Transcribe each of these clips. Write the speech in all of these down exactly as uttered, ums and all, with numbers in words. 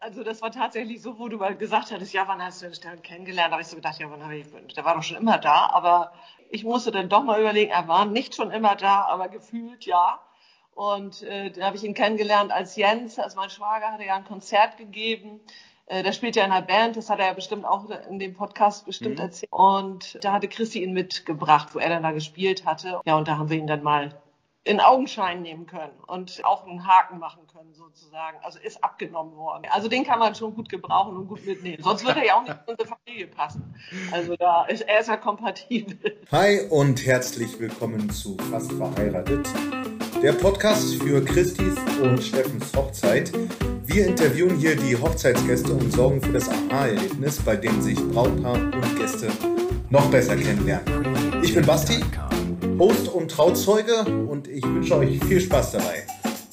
Also das war tatsächlich so, wo du mal gesagt hattest, ja, wann hast du den Stern kennengelernt? Da habe ich so gedacht, ja, wann habe ich, der war doch schon immer da. Aber ich musste dann doch mal überlegen, er war nicht schon immer da, aber gefühlt ja. Und äh, da habe ich ihn kennengelernt als Jens, als mein Schwager hatte ja ein Konzert gegeben. Äh, der spielt ja in einer Band, das hat er ja bestimmt auch in dem Podcast bestimmt Mhm. erzählt. Und da hatte Christi ihn mitgebracht, wo er dann da gespielt hatte. Ja, und da haben wir ihn dann mal in Augenschein nehmen können und auch einen Haken machen können sozusagen. Also ist abgenommen worden. Also den kann man schon gut gebrauchen und gut mitnehmen. Sonst würde er ja auch nicht in unsere Familie passen. Also da ist er ist ja kompatibel. Hi und herzlich willkommen zu Fast verheiratet, der Podcast für Christis und Steffens Hochzeit. Wir interviewen hier die Hochzeitsgäste und sorgen für das Aha-Erlebnis, bei dem sich Brautpaar und Gäste noch besser kennenlernen. Ich bin Basti, Host und Trauzeuge, und ich wünsche euch viel Spaß dabei.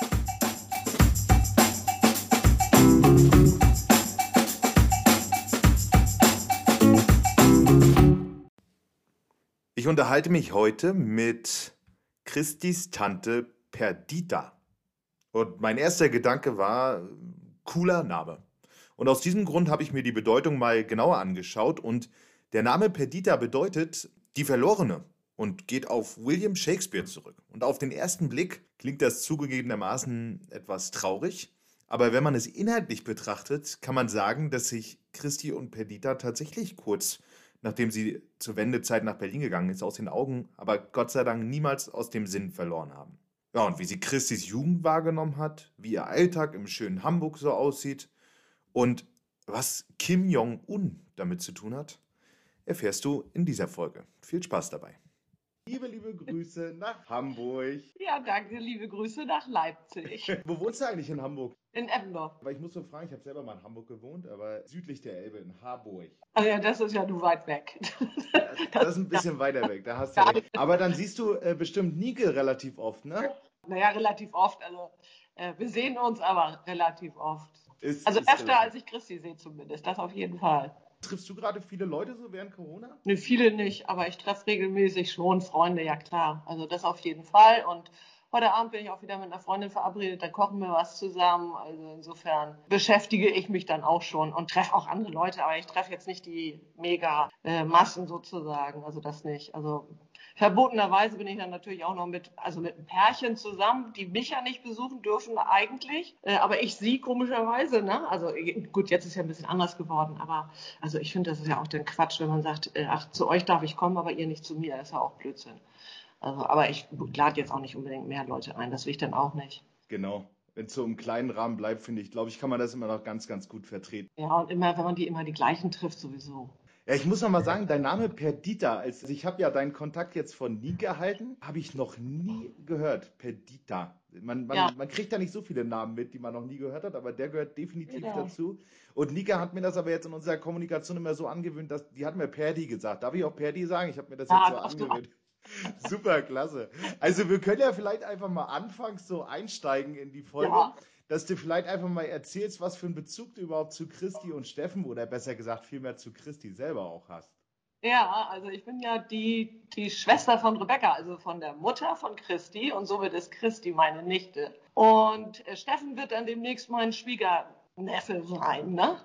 Ich unterhalte mich heute mit Christis Tante Perdita. Und mein erster Gedanke war, cooler Name. Und aus diesem Grund habe ich mir die Bedeutung mal genauer angeschaut. Und der Name Perdita bedeutet die Verlorene und geht auf William Shakespeare zurück. Und auf den ersten Blick klingt das zugegebenermaßen etwas traurig. Aber wenn man es inhaltlich betrachtet, kann man sagen, dass sich Christi und Perdita tatsächlich kurz, nachdem sie zur Wendezeit nach Berlin gegangen ist, aus den Augen, aber Gott sei Dank niemals aus dem Sinn verloren haben. Ja, und wie sie Christis Jugend wahrgenommen hat, wie ihr Alltag im schönen Hamburg so aussieht und was Kim Jong-un damit zu tun hat, erfährst du in dieser Folge. Viel Spaß dabei. Liebe, liebe Grüße nach Hamburg. Ja, danke, liebe Grüße nach Leipzig. Wo wohnst du eigentlich in Hamburg? In Eppendorf. Aber ich muss so fragen, ich habe selber mal in Hamburg gewohnt, aber südlich der Elbe, in Harburg. Ah ja, das ist ja nur weit weg. Das ist ein bisschen weiter weg, da hast du recht. Aber dann siehst du äh, bestimmt Nike relativ oft, ne? Naja, relativ oft. Also äh, wir sehen uns aber relativ oft. Ist, Also ist öfter, relativ. als ich Christi sehe zumindest, das auf jeden Fall. Triffst du gerade viele Leute so während Corona? Ne, viele nicht, aber ich treffe regelmäßig schon Freunde, ja klar. Also das auf jeden Fall. Und heute Abend bin ich auch wieder mit einer Freundin verabredet, da kochen wir was zusammen. Also insofern beschäftige ich mich dann auch schon und treffe auch andere Leute, aber ich treffe jetzt nicht die mega äh, Massen sozusagen. Also das nicht. Also verbotenerweise bin ich dann natürlich auch noch mit, also mit einem Pärchen zusammen, die mich ja nicht besuchen dürfen eigentlich, äh, aber ich sie komischerweise, ne? Also gut, jetzt ist ja ein bisschen anders geworden, aber also ich finde, das ist ja auch dann Quatsch, wenn man sagt, äh, ach, zu euch darf ich kommen, aber ihr nicht zu mir, das ist ja auch Blödsinn. Also, aber ich lade jetzt auch nicht unbedingt mehr Leute ein, das will ich dann auch nicht. Genau. Wenn es so im kleinen Rahmen bleibt, finde ich, glaube ich, kann man das immer noch ganz, ganz gut vertreten. Ja, und immer, wenn man die immer die gleichen trifft, sowieso. Ja, ich muss noch mal sagen, dein Name Perdita, also ich habe ja deinen Kontakt jetzt von Nike erhalten, habe ich noch nie gehört. Perdita. Man, man, Ja. man kriegt da nicht so viele Namen mit, die man noch nie gehört hat, aber der gehört definitiv Genau. dazu. Und Nike hat mir das aber jetzt in unserer Kommunikation immer so angewöhnt, dass die hat mir Perdi gesagt. Darf ich auch Perdi sagen? Ich habe mir das Ja, jetzt so darfst du angewöhnt. Super, klasse. Also wir können ja vielleicht einfach mal anfangs so einsteigen in die Folge, Ja. dass du vielleicht einfach mal erzählst, was für einen Bezug du überhaupt zu Christi und Steffen oder besser gesagt vielmehr zu Christi selber auch hast. Ja, also ich bin ja die, die Schwester von Rebecca, also von der Mutter von Christi, und somit ist Christi meine Nichte. Und äh, Steffen wird dann demnächst mein Schwiegerneffe sein, ne?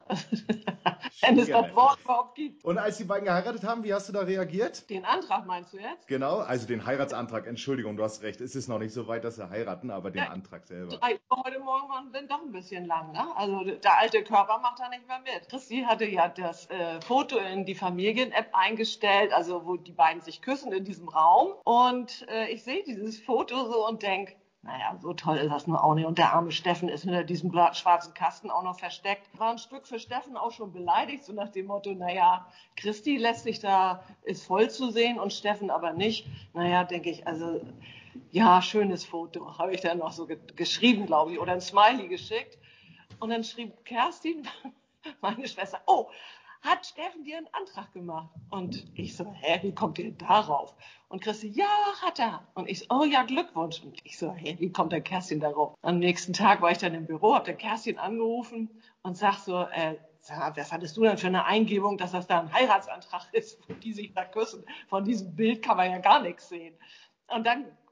Wenn es das Schwiegerneffe. Wort überhaupt gibt. Und als die beiden geheiratet haben, wie hast du da reagiert? Den Antrag meinst du jetzt? Genau, also den Heiratsantrag, Entschuldigung, du hast recht, es ist noch nicht so weit, dass sie heiraten, aber den Ja, Antrag selber. drei Uhr heute Morgen waren dann doch ein bisschen lang, ne? Also der alte Körper macht da nicht mehr mit. Christi hatte ja das äh, Foto in die Familien-App eingestellt, also wo die beiden sich küssen in diesem Raum. Und äh, ich sehe dieses Foto so und denke, naja, so toll ist das nur auch nicht. Und der arme Steffen ist hinter diesem schwarzen Kasten auch noch versteckt. War ein Stück für Steffen auch schon beleidigt, so nach dem Motto, naja, Christi lässt sich da, ist voll zu sehen und Steffen aber nicht. Naja, denke ich, also ja, schönes Foto, habe ich dann noch so ge geschrieben, glaube ich, oder ein Smiley geschickt. Und dann schrieb Kerstin, meine Schwester, oh, hat Steffen dir einen Antrag gemacht? Und ich so, hä, wie kommt ihr darauf? Und Christi, ja, hat er. Und ich so, oh ja, Glückwunsch. Und ich so, hä, wie kommt der Kerstin darauf? Am nächsten Tag war ich dann im Büro, hab der Kerstin angerufen und sag so, äh, sag, was hattest du denn für eine Eingebung, dass das da ein Heiratsantrag ist, wo die sich da küssen? Von diesem Bild kann man ja gar nichts sehen. Und dann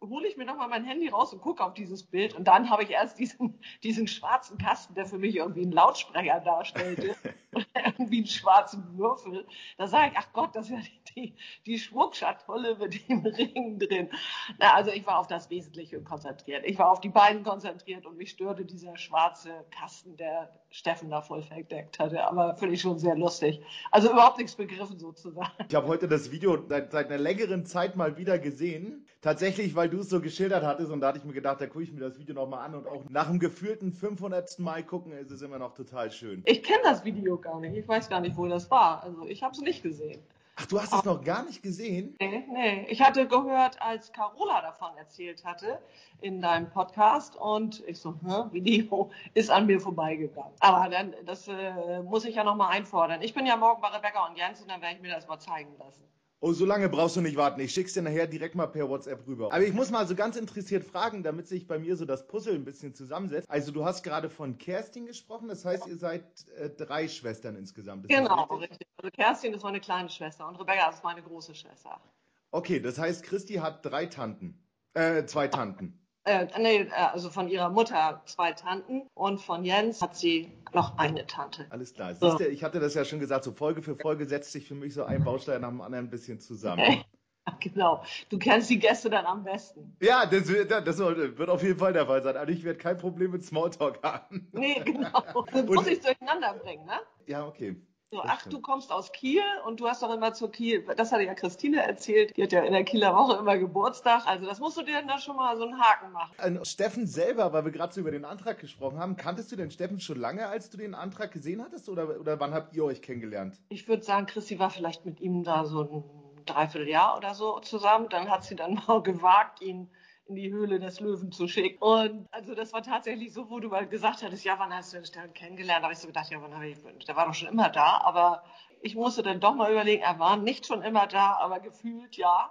hole ich mir nochmal mein Handy raus und gucke auf dieses Bild. Und dann habe ich erst diesen, diesen schwarzen Kasten, der für mich irgendwie einen Lautsprecher darstellte. Irgendwie einen schwarzen Würfel. Da sage ich, ach Gott, das ist ja die, die Schmuckschatulle mit dem Ring drin. Na, also ich war auf das Wesentliche konzentriert. Ich war auf die beiden konzentriert und mich störte dieser schwarze Kasten, der Steffen da voll verdeckt hatte. Aber finde ich schon sehr lustig. Also überhaupt nichts begriffen sozusagen. Ich habe heute das Video seit, seit einer längeren Zeit mal wieder gesehen. Tatsächlich, weil du es so geschildert hattest und da hatte ich mir gedacht, da gucke ich mir das Video nochmal an und auch nach dem gefühlten fünfhundertsten Mal gucken, ist es immer noch total schön. Ich kenne das Video gar nicht. Ich weiß gar nicht, wo das war. Also ich habe es nicht gesehen. Ach, du hast es noch gar nicht gesehen? Nee, nee. Ich hatte gehört, als Carola davon erzählt hatte in deinem Podcast und ich so, hm, Video ist an mir vorbeigegangen. Aber dann, das äh, muss ich ja nochmal einfordern. Ich bin ja morgen bei Rebecca und Jens und dann werde ich mir das mal zeigen lassen. Oh, so lange brauchst du nicht warten. Ich schick's dir nachher direkt mal per WhatsApp rüber. Aber ich muss mal so ganz interessiert fragen, damit sich bei mir so das Puzzle ein bisschen zusammensetzt. Also du hast gerade von Kerstin gesprochen, das heißt, ihr seid äh, drei Schwestern insgesamt. Ist Genau, das richtig? richtig. Also Kerstin ist meine kleine Schwester und Rebecca ist meine große Schwester. Okay, das heißt, Christi hat drei Tanten. Äh, zwei Tanten. Äh, nee, äh, also von ihrer Mutter zwei Tanten und von Jens hat sie noch eine Tante. Alles klar. So. Siehst du, ich hatte das ja schon gesagt, so Folge für Folge setzt sich für mich so ein Baustein nach dem anderen ein bisschen zusammen. Genau. Du kennst die Gäste dann am besten. Ja, das, das wird auf jeden Fall der Fall sein. Also ich werde kein Problem mit Smalltalk haben. Nee, genau. Das muss ich durcheinander bringen, ne? Ja, okay. So, ach, du kommst aus Kiel und du hast doch immer zur Kiel, das hatte ja Christine erzählt, die hat ja in der Kieler Woche immer Geburtstag, also das musst du dir dann schon mal so einen Haken machen. An Steffen selber, weil wir gerade so über den Antrag gesprochen haben, kanntest du den Steffen schon lange, als du den Antrag gesehen hattest oder, oder wann habt ihr euch kennengelernt? Ich würde sagen, Christi war vielleicht mit ihm da so ein Dreivierteljahr oder so zusammen, dann hat sie dann mal gewagt, ihn in die Höhle des Löwen zu schicken. Und also das war tatsächlich so, wo du mal gesagt hattest, ja, wann hast du den Stern kennengelernt? Da habe ich so gedacht, ja, wann habe ich, der war doch schon immer da. Aber ich musste dann doch mal überlegen, er war nicht schon immer da, aber gefühlt ja.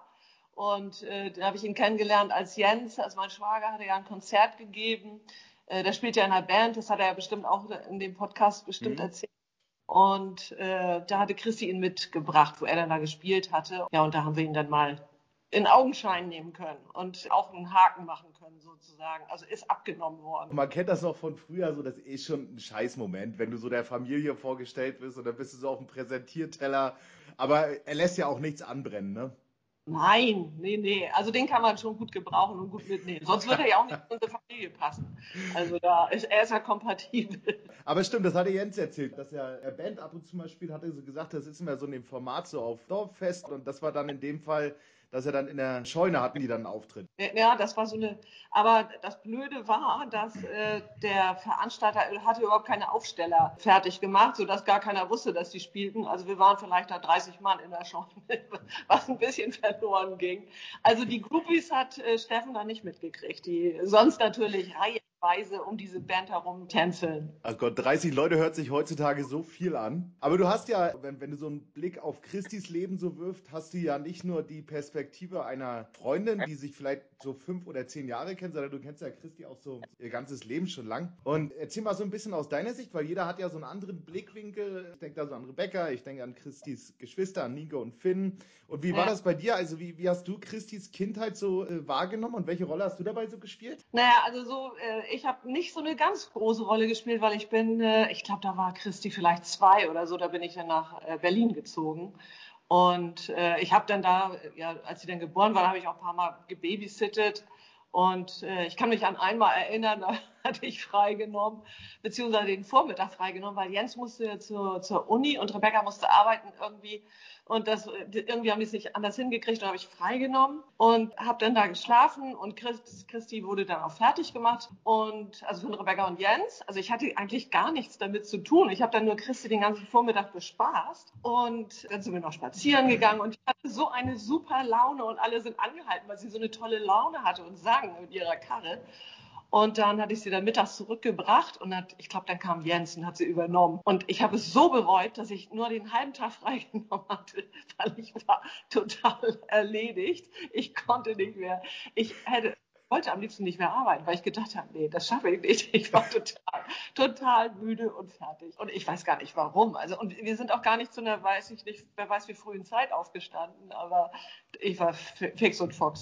Und äh, da habe ich ihn kennengelernt als Jens, als mein Schwager hatte ja ein Konzert gegeben. Äh, der spielt ja in einer Band, das hat er ja bestimmt auch in dem Podcast bestimmt mhm. erzählt. Und äh, da hatte Christi ihn mitgebracht, wo er dann da gespielt hatte. Ja, und da haben wir ihn dann mal in Augenschein nehmen können und auch einen Haken machen können sozusagen. Also ist abgenommen worden. Man kennt das noch von früher, so das ist schon ein Scheißmoment, wenn du so der Familie vorgestellt bist und dann bist du so auf dem Präsentierteller. Aber er lässt ja auch nichts anbrennen, ne? Nein, nee, nee. Also den kann man schon gut gebrauchen und gut mitnehmen. Sonst würde er ja auch nicht in unsere Familie passen. Also da ist er ist ja kompatibel. Aber stimmt, das hatte Jens erzählt, dass er Band ab und zu mal spielt, hat er so gesagt, das ist immer so in dem Format so auf Dorffest und das war dann in dem Fall, dass er dann in der Scheune hatten die dann einen Auftritt. Ja, das war so eine, aber das Blöde war, dass äh, der Veranstalter hatte überhaupt keine Aufsteller fertig gemacht, sodass gar keiner wusste, dass die spielten. Also wir waren vielleicht da dreißig Mann in der Scheune, was ein bisschen verloren ging. Also die Groupies hat äh, Steffen da nicht mitgekriegt, die sonst natürlich reihenweise um diese Band herum tänzeln. Ach Gott, dreißig Leute hört sich heutzutage so viel an. Aber du hast ja, wenn, wenn du so einen Blick auf Christis Leben so wirft, hast du ja nicht nur die Perspektive einer Freundin, die sich vielleicht so fünf oder zehn Jahre kennt, sondern du kennst ja Christi auch so ihr ganzes Leben schon lang. Und erzähl mal so ein bisschen aus deiner Sicht, weil jeder hat ja so einen anderen Blickwinkel. Ich denke da so an Rebecca, ich denke an Christis Geschwister, an Nico und Finn. Und wie war das bei dir? Also wie, wie hast du Christis Kindheit so äh, wahrgenommen und welche Rolle hast du dabei so gespielt? Naja, also so, äh, ich habe nicht so eine ganz große Rolle gespielt, weil ich bin, äh, ich glaube, da war Christi vielleicht zwei oder so, da bin ich dann nach äh, Berlin gezogen. Und äh, ich habe dann da, ja, als sie dann geboren war, habe ich auch ein paar Mal gebabysittet. Und äh, ich kann mich an einmal erinnern, da hatte ich freigenommen, beziehungsweise den Vormittag freigenommen, weil Jens musste zur, zur Uni und Rebecca musste arbeiten irgendwie. Und das, irgendwie haben die es nicht anders hingekriegt und habe ich freigenommen und habe dann da geschlafen und Christ, Christi wurde dann auch fertig gemacht. Und also von Rebecca und Jens, also ich hatte eigentlich gar nichts damit zu tun. Ich habe dann nur Christi den ganzen Vormittag bespaßt und dann sind wir noch spazieren gegangen und ich hatte so eine super Laune und alle sind angehalten, weil sie so eine tolle Laune hatte und sang mit ihrer Karre. Und dann hatte ich sie dann mittags zurückgebracht und hat, ich glaube, dann kam Jens und hat sie übernommen. Und ich habe es so bereut, dass ich nur den halben Tag freigenommen hatte, weil ich war total erledigt. Ich konnte nicht mehr. Ich hätte, wollte am liebsten nicht mehr arbeiten, weil ich gedacht habe, nee, das schaffe ich nicht. Ich war total, total müde und fertig. Und ich weiß gar nicht warum. Also, und wir sind auch gar nicht zu einer, weiß ich nicht, wer weiß wie frühen Zeit aufgestanden, aber ich war fix und foxy.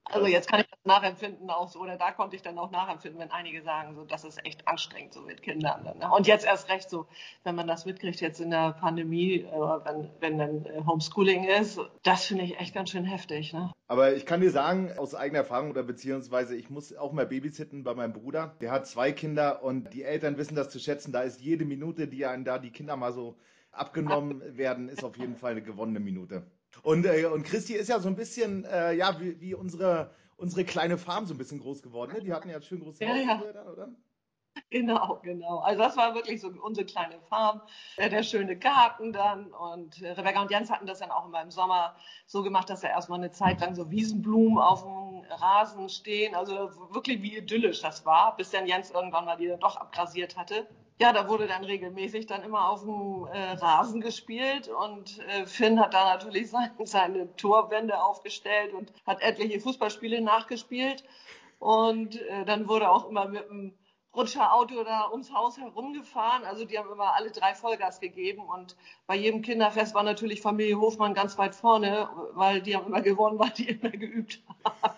Also jetzt kann ich das nachempfinden auch so, oder da konnte ich dann auch nachempfinden, wenn einige sagen, so, das ist echt anstrengend so mit Kindern. Ne? Und jetzt erst recht so, wenn man das mitkriegt jetzt in der Pandemie, äh, wenn, wenn dann äh, Homeschooling ist, das finde ich echt ganz schön heftig. Ne? Aber ich kann dir sagen, aus eigener Erfahrung oder beziehungsweise ich muss auch mal babysitten bei meinem Bruder. Der hat zwei Kinder und die Eltern wissen das zu schätzen. Da ist jede Minute, die einem da die Kinder mal so abgenommen werden, ist auf jeden Fall eine gewonnene Minute. Und, äh, und Christi ist ja so ein bisschen, äh, ja, wie, wie unsere, unsere kleine Farm so ein bisschen groß geworden. Ne? Die hatten ja ein schön großes Ja, Haus ja. früher dann, oder? Genau, genau. Also das war wirklich so unsere kleine Farm, äh, der schöne Garten dann. Und äh, Rebecca und Jens hatten das dann auch immer im Sommer so gemacht, dass er erstmal eine Zeit lang so Wiesenblumen auf dem Rasen stehen. Also wirklich wie idyllisch das war, bis dann Jens irgendwann mal die dann doch abgrasiert hatte. Ja, da wurde dann regelmäßig dann immer auf dem äh, Rasen gespielt und äh, Finn hat da natürlich sein, seine Torwände aufgestellt und hat etliche Fußballspiele nachgespielt. Und äh, dann wurde auch immer mit dem Rutscherauto da ums Haus herumgefahren. Also die haben immer alle drei Vollgas gegeben. Und bei jedem Kinderfest war natürlich Familie Hofmann ganz weit vorne, weil die haben immer gewonnen, weil die immer geübt haben.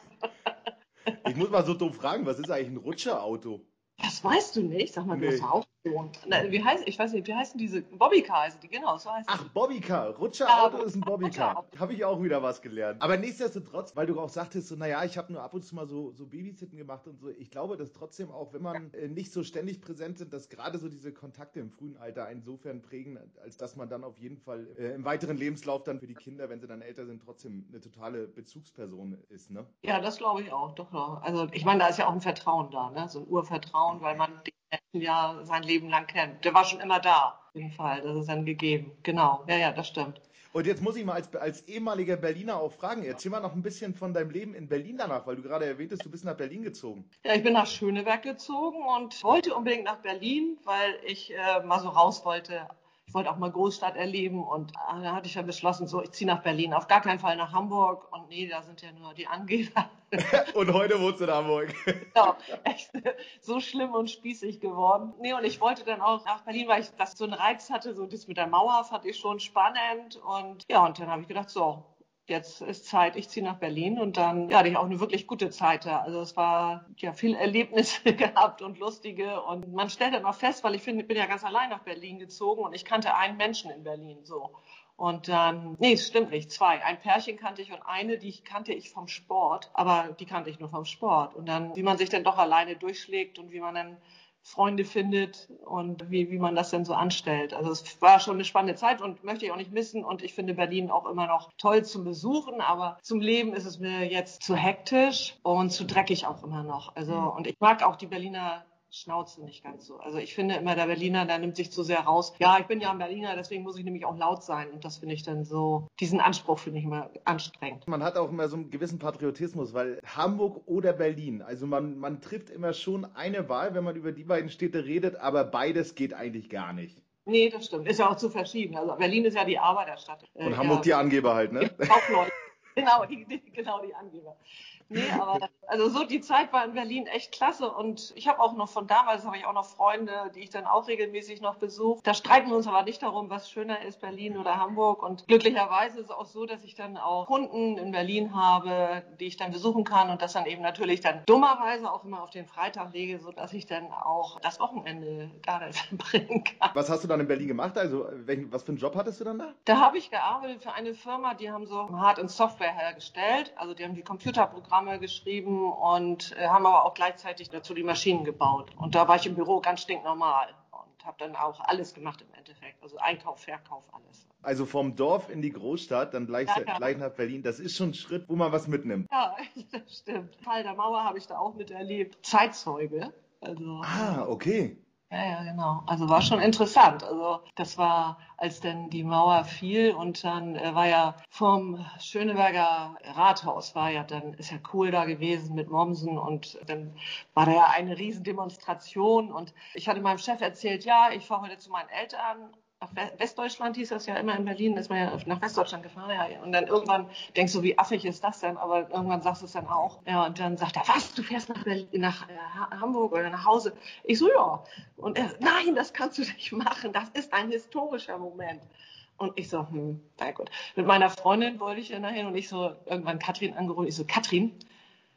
Ich muss mal so doof fragen, was ist eigentlich ein Rutscherauto? Das weißt du nicht? Sag mal, du hast Nee. ja auch schon. Na, wie heißt, ich weiß nicht, wie heißen diese? Bobbycar heißen die, genau, so heißen Ach, die. Bobbycar. Ja, Rutscherauto ist ein Bobbycar. Rutscherauto. Habe ich auch wieder was gelernt. Aber nichtsdestotrotz, weil du auch sagtest, so, naja, ich habe nur ab und zu mal so, so Babysitten gemacht und so. Ich glaube, dass trotzdem auch, wenn man äh, nicht so ständig präsent sind, dass gerade so diese Kontakte im frühen Alter insofern prägen, als dass man dann auf jeden Fall äh, im weiteren Lebenslauf dann für die Kinder, wenn sie dann älter sind, trotzdem eine totale Bezugsperson ist, ne? Ja, das glaube ich auch, doch, doch. Also ich meine, da ist ja auch ein Vertrauen da, ne? So ein Urvertrauen, weil man den Menschen ja sein Leben lang kennt. Der war schon immer da, auf jeden Fall. Das ist dann gegeben. Genau. Ja, ja, das stimmt. Und jetzt muss ich mal als, als ehemaliger Berliner auch fragen, erzähl mal noch ein bisschen von deinem Leben in Berlin danach, weil du gerade erwähntest, du bist nach Berlin gezogen. Ja, ich bin nach Schöneberg gezogen und wollte unbedingt nach Berlin, weil ich äh, mal so raus wollte. Ich wollte auch mal Großstadt erleben und äh, da hatte ich ja beschlossen, so, ich ziehe nach Berlin, auf gar keinen Fall nach Hamburg. Und nee, da sind ja nur die Angeber. Und heute wohnst du in Hamburg. Genau, echt so schlimm und spießig geworden. Nee, und ich wollte dann auch nach Berlin, weil ich das so einen Reiz hatte, so das mit der Mauer fand ich schon spannend. Und ja, und dann habe ich gedacht, so, jetzt ist Zeit, ich ziehe nach Berlin. Und dann ja, hatte ich auch eine wirklich gute Zeit da. Also es war ja viel Erlebnisse gehabt und lustige. Und man stellt dann auch fest, weil ich find, ich bin ja ganz allein nach Berlin gezogen und ich kannte einen Menschen in Berlin so. Und dann, nee, es stimmt nicht, zwei. Ein Pärchen kannte ich und eine, die kannte ich vom Sport, aber die kannte ich nur vom Sport. Und dann, wie man sich dann doch alleine durchschlägt und wie man dann Freunde findet und wie, wie man das denn so anstellt. Also es war schon eine spannende Zeit und möchte ich auch nicht missen. Und ich finde Berlin auch immer noch toll zum Besuchen, aber zum Leben ist es mir jetzt zu hektisch und zu dreckig auch immer noch. Also, und ich mag auch die Berliner Schnauze nicht ganz so. Also ich finde immer, der Berliner, der nimmt sich zu sehr raus. Ja, ich bin ja ein Berliner, deswegen muss ich nämlich auch laut sein. Und das finde ich dann so, diesen Anspruch finde ich immer anstrengend. Man hat auch immer so einen gewissen Patriotismus, weil Hamburg oder Berlin, also man, man trifft immer schon eine Wahl, wenn man über die beiden Städte redet, aber beides geht eigentlich gar nicht. Nee, das stimmt. Ist ja auch zu verschieden. Also Berlin ist ja die Arbeiterstadt. Äh, Und Hamburg ja, die Angeber halt, die ne? Kaufleute. Genau, die, die, genau die Angeber. Nee, aber also so die Zeit war in Berlin echt klasse und ich habe auch noch von damals habe ich auch noch Freunde, die ich dann auch regelmäßig noch besuche. Da streiten wir uns aber nicht darum, was schöner ist, Berlin oder Hamburg. Und glücklicherweise ist es auch so, dass ich dann auch Kunden in Berlin habe, die ich dann besuchen kann und das dann eben natürlich dann dummerweise auch immer auf den Freitag lege, so dass ich dann auch das Wochenende da verbringen kann. Was hast du dann in Berlin gemacht? Also, welchen, was für einen Job hattest du dann da? Da habe ich gearbeitet für eine Firma, die haben so Hard- und Software hergestellt. Also die haben die Computerprogramme geschrieben und äh, haben aber auch gleichzeitig dazu die Maschinen gebaut. Und da war ich im Büro ganz stinknormal und habe dann auch alles gemacht im Endeffekt. Also Einkauf, Verkauf, alles. Also vom Dorf in die Großstadt, dann gleich, Ja, ja. gleich nach Berlin. Das ist schon ein Schritt, wo man was mitnimmt. Ja, das stimmt. Fall der Mauer habe ich da auch miterlebt. Zeitzeuge. Also Ah, okay. ja, ja, genau. Also war schon interessant. Also das war, als dann die Mauer fiel und dann äh, war ja vom Schöneberger Rathaus war ja dann, ist ja cool da gewesen mit Mommsen und dann war da ja eine Riesendemonstration und ich hatte meinem Chef erzählt, ja, ich fahre heute zu meinen Eltern. Nach Westdeutschland hieß das ja immer in Berlin, ist man ja nach Westdeutschland gefahren. Ja. Und dann irgendwann denkst du, wie affig ist das denn? Aber irgendwann sagst du es dann auch. Ja, und dann sagt er, was, du fährst nach, Berlin, nach äh, Hamburg oder nach Hause? Ich so, ja. Und er, nein, das kannst du nicht machen. Das ist ein historischer Moment. Und ich so, hm, na gut. Mit meiner Freundin wollte ich ja dahin und ich so, irgendwann Katrin angerufen. Ich so, Katrin,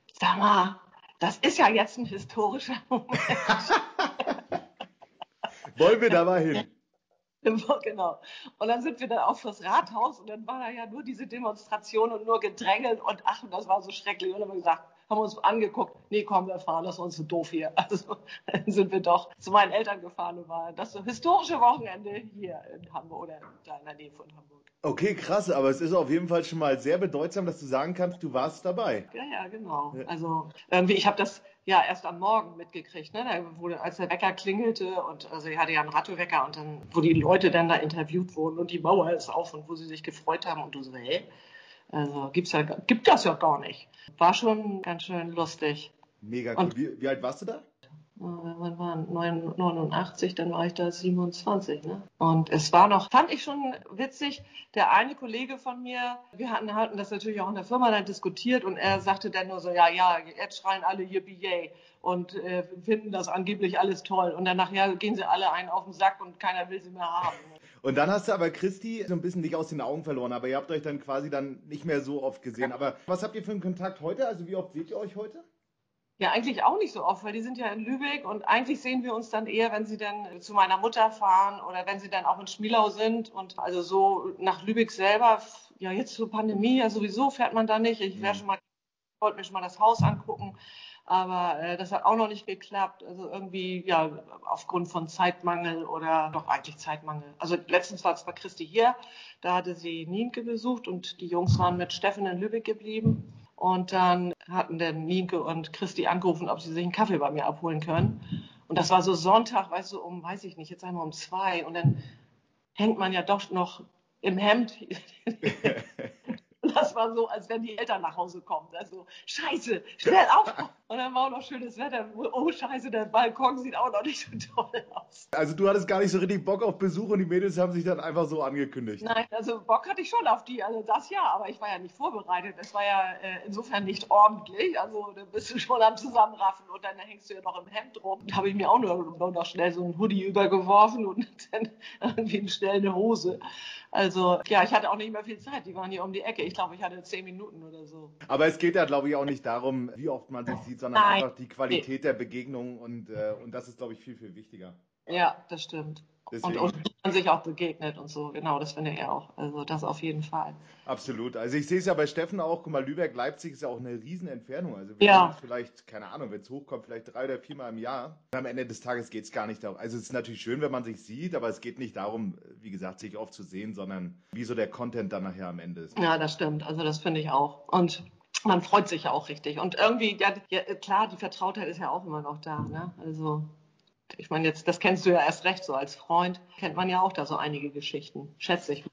Sag mal, das ist ja jetzt ein historischer Moment. Wollen wir da mal hin? Genau. Und dann sind wir dann auch fürs Rathaus und dann war da ja nur diese Demonstration und nur Gedrängel und ach, und das war so schrecklich. Und dann haben wir gesagt, haben wir uns angeguckt, nee, komm, wir fahren, das ist uns so doof hier. Also dann sind wir doch zu meinen Eltern gefahren und war das so historische Wochenende hier in Hamburg oder da in der Nähe von Hamburg. Okay, krass, aber es ist auf jeden Fall schon mal sehr bedeutsam, dass du sagen kannst, du warst dabei. Ja, ja, genau. Ja. Also irgendwie, ich habe das ja erst am Morgen mitgekriegt, ne? Da wurde, als der Wecker klingelte und also ich hatte ja einen Radiowecker und dann, wo die Leute dann da interviewt wurden und die Mauer ist auf und wo sie sich gefreut haben und du so, hä? Also gibt's ja, gibt das ja gar nicht. War schon ganz schön lustig. Mega cool. Und Wie, wie alt warst du da? äh, wann waren neunundachtzig, dann war ich da siebenundzwanzig, ne? Und es war noch, fand ich schon witzig, der eine Kollege von mir, wir hatten, hatten das natürlich auch in der Firma dann diskutiert und er sagte dann nur so, ja, ja, jetzt schreien alle Yippie yay und äh, finden das angeblich alles toll und dann nachher gehen sie alle einen auf den Sack und keiner will sie mehr haben. Und dann hast du aber Christi so ein bisschen dich aus den Augen verloren, aber ihr habt euch dann quasi dann nicht mehr so oft gesehen. Aber was habt ihr für einen Kontakt heute? Also wie oft seht ihr euch heute? Ja, eigentlich auch nicht so oft, weil die sind ja in Lübeck und eigentlich sehen wir uns dann eher, wenn sie dann zu meiner Mutter fahren oder wenn sie dann auch in Schmielau sind und also so nach Lübeck selber, ja jetzt zur Pandemie, ja sowieso fährt man da nicht. Ich wäre Hm. schon mal, wollte mir schon mal das Haus angucken, aber äh, das hat auch noch nicht geklappt. Also irgendwie, ja, aufgrund von Zeitmangel oder doch eigentlich Zeitmangel. Also letztens war zwar Christi hier, da hatte sie Nienke besucht und die Jungs waren mit Steffen in Lübeck geblieben. Und dann hatten dann Nienke und Christi angerufen, ob sie sich einen Kaffee bei mir abholen können. Und das war so Sonntag, weißt du, um, weiß ich nicht, jetzt einmal um zwei. Und dann hängt man ja doch noch im Hemd. Das war so, als wenn die Eltern nach Hause kommen. Also, scheiße, schnell auf! Und dann war auch noch schönes Wetter. Oh, scheiße, der Balkon sieht auch noch nicht so toll aus. Also du hattest gar nicht so richtig Bock auf Besuch und die Mädels haben sich dann einfach so angekündigt. Nein, also Bock hatte ich schon auf die, also das ja, aber ich war ja nicht vorbereitet. Es war ja äh, insofern nicht ordentlich. Also da bist du schon am Zusammenraffen und dann hängst du ja noch im Hemd rum. Da habe ich mir auch nur, nur noch schnell so ein Hoodie übergeworfen und dann irgendwie schnell eine Hose. Also ja, ich hatte auch nicht mehr viel Zeit. Die waren hier um die Ecke. Ich glaube, ich hatte zehn Minuten oder so. Aber es geht ja, glaube ich, auch nicht darum, wie oft man sich sieht, sondern Nein. einfach die Qualität der Begegnung und, äh, und das ist, glaube ich, viel, viel wichtiger. Ja, das stimmt. Und, Deswegen, und wie man sich auch begegnet und so, genau, das finde ich auch. Also das auf jeden Fall. absolut. Also ich sehe es ja bei Steffen auch, guck mal, Lübeck, Leipzig ist ja auch eine Riesenentfernung. Also wir sehen Ja, uns vielleicht, keine Ahnung, wenn es hochkommt, vielleicht drei oder viermal im Jahr. Und am Ende des Tages geht es gar nicht darum. Also es ist natürlich schön, wenn man sich sieht, aber es geht nicht darum, wie gesagt, sich oft zu sehen, sondern wie so der Content dann nachher am Ende ist. ja, das stimmt. Also das finde ich auch. Und man freut sich ja auch richtig. Und irgendwie, ja, ja, klar, die Vertrautheit ist ja auch immer noch da, ne? Also ich meine, jetzt, das kennst du ja erst recht so als Freund, kennt man ja auch da so einige Geschichten, schätze ich.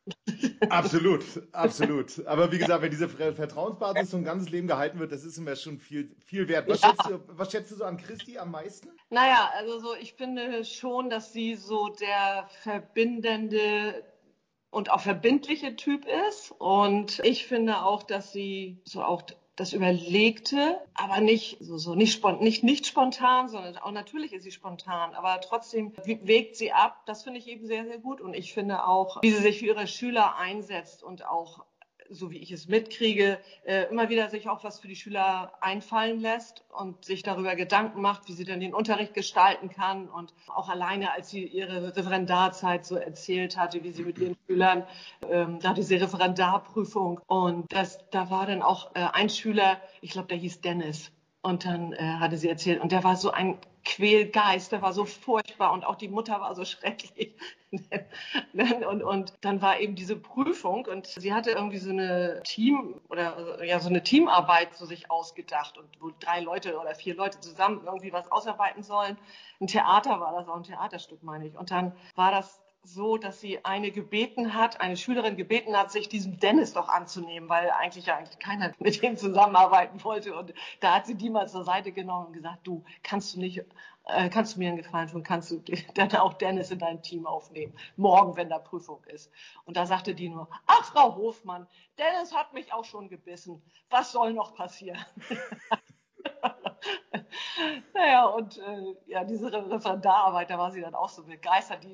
Absolut, absolut. Aber wie gesagt, wenn diese Vertrauensbasis so ein ganzes Leben gehalten wird, das ist immer schon viel, viel wert. Was Ja. schätzt du, was schätzt du so an Christi am meisten? Naja, also so, ich finde schon, dass sie so der verbindende und auch verbindliche Typ ist. Und ich finde auch, dass sie so auch das Überlegte, aber nicht so, so nicht, spon nicht, nicht spontan, sondern auch natürlich ist sie spontan, aber trotzdem wägt sie ab. Das finde ich eben sehr, sehr gut. Und ich finde auch, wie sie sich für ihre Schüler einsetzt und auch, so wie ich es mitkriege, äh, immer wieder sich auch was für die Schüler einfallen lässt und sich darüber Gedanken macht, wie sie dann den Unterricht gestalten kann. Und auch alleine, als sie ihre Referendarzeit so erzählt hatte, wie sie mit ihren Schülern, ähm, da diese Referendarprüfung. Und das, da war dann auch äh, ein Schüler, ich glaube, der hieß Dennis. Und dann äh, hatte sie erzählt, und der war so ein Quälgeist, der war so furchtbar und auch die Mutter war so schrecklich. und, und dann war eben diese Prüfung und sie hatte irgendwie so eine Team oder ja so eine Teamarbeit so sich ausgedacht und wo drei Leute oder vier Leute zusammen irgendwie was ausarbeiten sollen. Ein Theater war das, auch ein Theaterstück, meine ich. Und dann war das so, dass sie eine gebeten hat, eine Schülerin gebeten hat, sich diesem Dennis doch anzunehmen, weil eigentlich ja eigentlich keiner mit ihm zusammenarbeiten wollte. Und da hat sie die mal zur Seite genommen und gesagt, du, kannst du nicht, äh, kannst du mir einen Gefallen tun, kannst du dann auch Dennis in dein Team aufnehmen, morgen, wenn da Prüfung ist. Und da sagte die nur, ach, Frau Hofmann, Dennis hat mich auch schon gebissen. Was soll noch passieren? Naja, und äh, ja, diese Referendararbeit, da war sie dann auch so begeistert. Die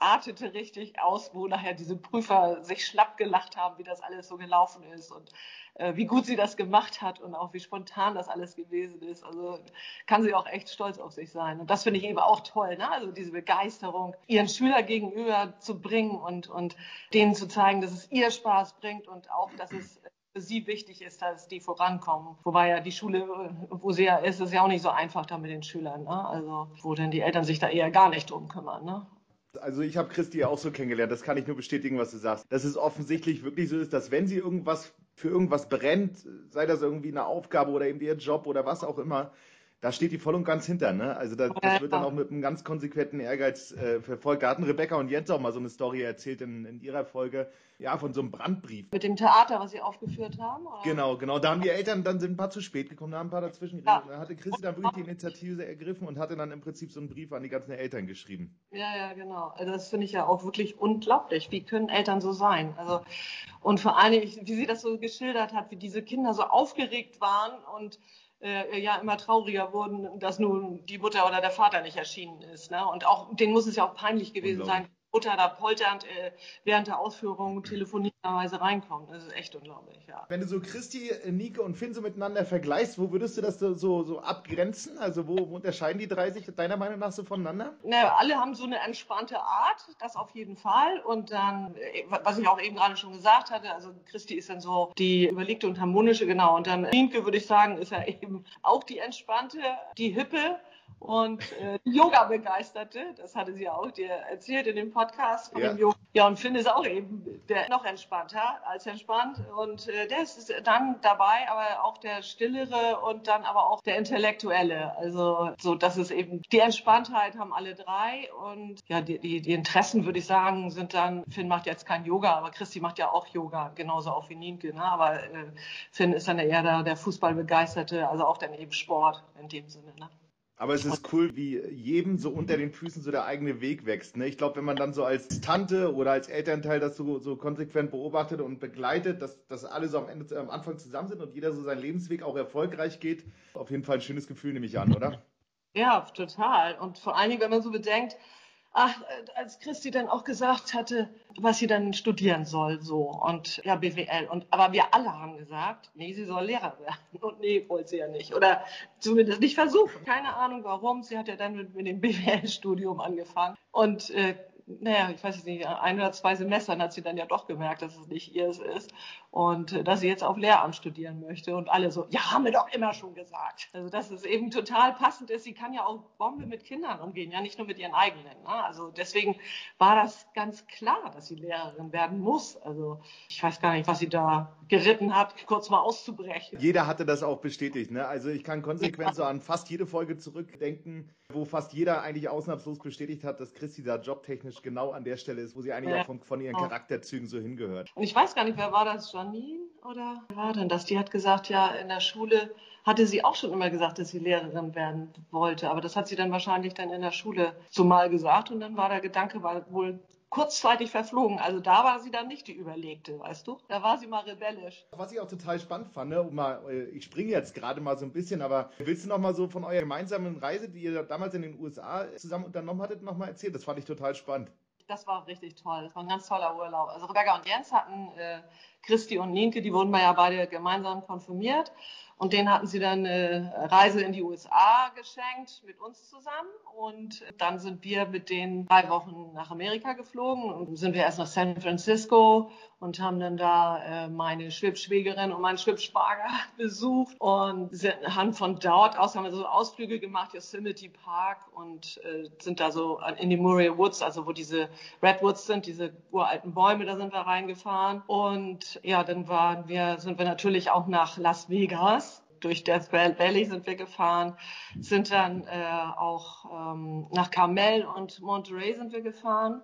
artete richtig aus, wo nachher diese Prüfer sich schlapp gelacht haben, wie das alles so gelaufen ist und äh, wie gut sie das gemacht hat und auch wie spontan das alles gewesen ist. Also kann sie auch echt stolz auf sich sein. Und das finde ich eben auch toll, ne? Also diese Begeisterung, ihren Schüler gegenüber zu bringen und, und denen zu zeigen, dass es ihr Spaß bringt und auch, dass es für sie wichtig ist, dass die vorankommen. Wobei ja die Schule, wo sie ja ist, ist ja auch nicht so einfach da mit den Schülern, ne? Also wo dann die Eltern sich da eher gar nicht drum kümmern, ne? Also ich habe Christi ja auch so kennengelernt, das kann ich nur bestätigen, was du sagst. Dass es offensichtlich wirklich so ist, dass wenn sie irgendwas für irgendwas brennt, sei das irgendwie eine Aufgabe oder eben ihr Job oder was auch immer, da steht die voll und ganz hinter, ne? Also das, das wird dann auch mit einem ganz konsequenten Ehrgeiz äh, verfolgt. Da hatten Rebecca und Jens auch mal so eine Story erzählt in, in ihrer Folge, ja, von so einem Brandbrief. Mit dem Theater, was sie aufgeführt haben? Oder? Genau, genau. Da haben die Eltern dann sind ein paar zu spät gekommen, da haben ein paar dazwischen geredet. Ja. Da hatte Christi dann wirklich die Initiative ergriffen und hatte dann im Prinzip so einen Brief an die ganzen Eltern geschrieben. Ja, ja, genau. Also das finde ich ja auch wirklich unglaublich. Wie können Eltern so sein? Also und vor allem, wie sie das so geschildert hat, wie diese Kinder so aufgeregt waren und äh, ja immer trauriger wurden, dass nun die Mutter oder der Vater nicht erschienen ist. Ne? Und auch denen muss es ja auch peinlich gewesen sein, Unglaublich. die Mutter da polternd äh, während der Ausführung telefonierweise reinkommt. Das ist echt unglaublich, ja. Wenn du so Christi, Nike und Finn so miteinander vergleichst, wo würdest du das so, so, so abgrenzen? Also wo, wo unterscheiden die drei sich deiner Meinung nach so voneinander? Naja, alle haben so eine entspannte Art, das auf jeden Fall. Und dann, äh, was ich auch eben gerade schon gesagt hatte, also Christi ist dann so die überlegte und harmonische, genau. Und dann Nienke, würde ich sagen, ist ja eben auch die entspannte, die hippe und äh, die Yoga-Begeisterte. Das hatte sie ja auch dir erzählt in dem Podcast von Ja. dem Yoga. Ja, und Finn ist auch eben der noch entspannter als entspannt. Und äh, der ist dann dabei, aber auch der stillere und dann aber auch der intellektuelle. Also so, das ist eben die Entspanntheit haben alle drei. Und ja, die, die, die Interessen, würde ich sagen, sind dann, Finn macht jetzt kein Yoga, aber Christi macht ja auch Yoga, genauso auch wie Nienke. Ne? Aber äh, Finn ist dann eher der, der Fußballbegeisterte, also auch dann eben Sport in dem Sinne. Ne? Aber es ist cool, wie jedem so unter den Füßen so der eigene Weg wächst. Ne? Ich glaube, wenn man dann so als Tante oder als Elternteil das so, so konsequent beobachtet und begleitet, dass, dass alle so am Ende am Anfang zusammen sind und jeder so seinen Lebensweg auch erfolgreich geht, auf jeden Fall ein schönes Gefühl, nehme ich an, oder? Ja, total. Und vor allen Dingen, wenn man so bedenkt, ach, als Christi dann auch gesagt hatte, was sie dann studieren soll, so und ja, B W L. Und aber wir alle haben gesagt, nee, sie soll Lehrer werden. Und nee, wollte sie ja nicht. Oder zumindest nicht versuchen. Keine Ahnung warum. Sie hat ja dann mit, mit dem B W L-Studium angefangen. Und äh, naja, ich weiß nicht, ein oder zwei Semestern hat sie dann ja doch gemerkt, dass es nicht ihrs ist und äh, dass sie jetzt auf Lehramt studieren möchte und alle so, ja, haben wir doch immer schon gesagt. Also dass es eben total passend ist. Sie kann ja auch Bombe mit Kindern umgehen, ja nicht nur mit ihren eigenen. Ne? Also deswegen war das ganz klar, dass sie Lehrerin werden muss. Also ich weiß gar nicht, was sie da geritten hat, kurz mal auszubrechen. Jeder hatte das auch bestätigt. Ne? Also ich kann konsequent so an fast jede Folge zurückdenken, wo fast jeder eigentlich ausnahmslos bestätigt hat, dass Christi da jobtechnisch genau an der Stelle ist, wo sie eigentlich Ja. auch von, von ihren Charakterzügen so hingehört. Und ich weiß gar nicht, wer war das, Janine oder wer war denn das? Die hat gesagt, ja, in der Schule hatte sie auch schon immer gesagt, dass sie Lehrerin werden wollte. Aber das hat sie dann wahrscheinlich dann in der Schule zumal gesagt und dann war der Gedanke war wohl kurzzeitig verflogen. Also da war sie dann nicht die Überlegte, weißt du? Da war sie mal rebellisch. Was ich auch total spannend fand, ne, um mal, ich springe jetzt gerade mal so ein bisschen, aber willst du noch mal so von eurer gemeinsamen Reise, die ihr damals in den U S A zusammen unternommen hattet, noch mal erzählen? Das fand ich total spannend. Das war richtig toll. Das war ein ganz toller Urlaub. Also Rebecca und Jens hatten äh, Christi und Nienke, die wurden ja beide gemeinsam konfirmiert. Und denen hatten sie dann eine Reise in die U S A geschenkt mit uns zusammen. Und dann sind wir mit denen drei Wochen nach Amerika geflogen. Und sind wir erst nach San Francisco und haben dann da äh, meine Schwibschwägerin und meinen Schwibschwager besucht. Und sind, haben von dort aus haben wir so Ausflüge gemacht, Yosemite Park und äh, sind da so in die Murray Woods, also wo diese Redwoods sind, diese uralten Bäume, da sind wir reingefahren. Und ja, dann waren wir, sind wir natürlich auch nach Las Vegas. Durch Death Valley sind wir gefahren, sind dann äh, auch ähm, nach Carmel und Monterey sind wir gefahren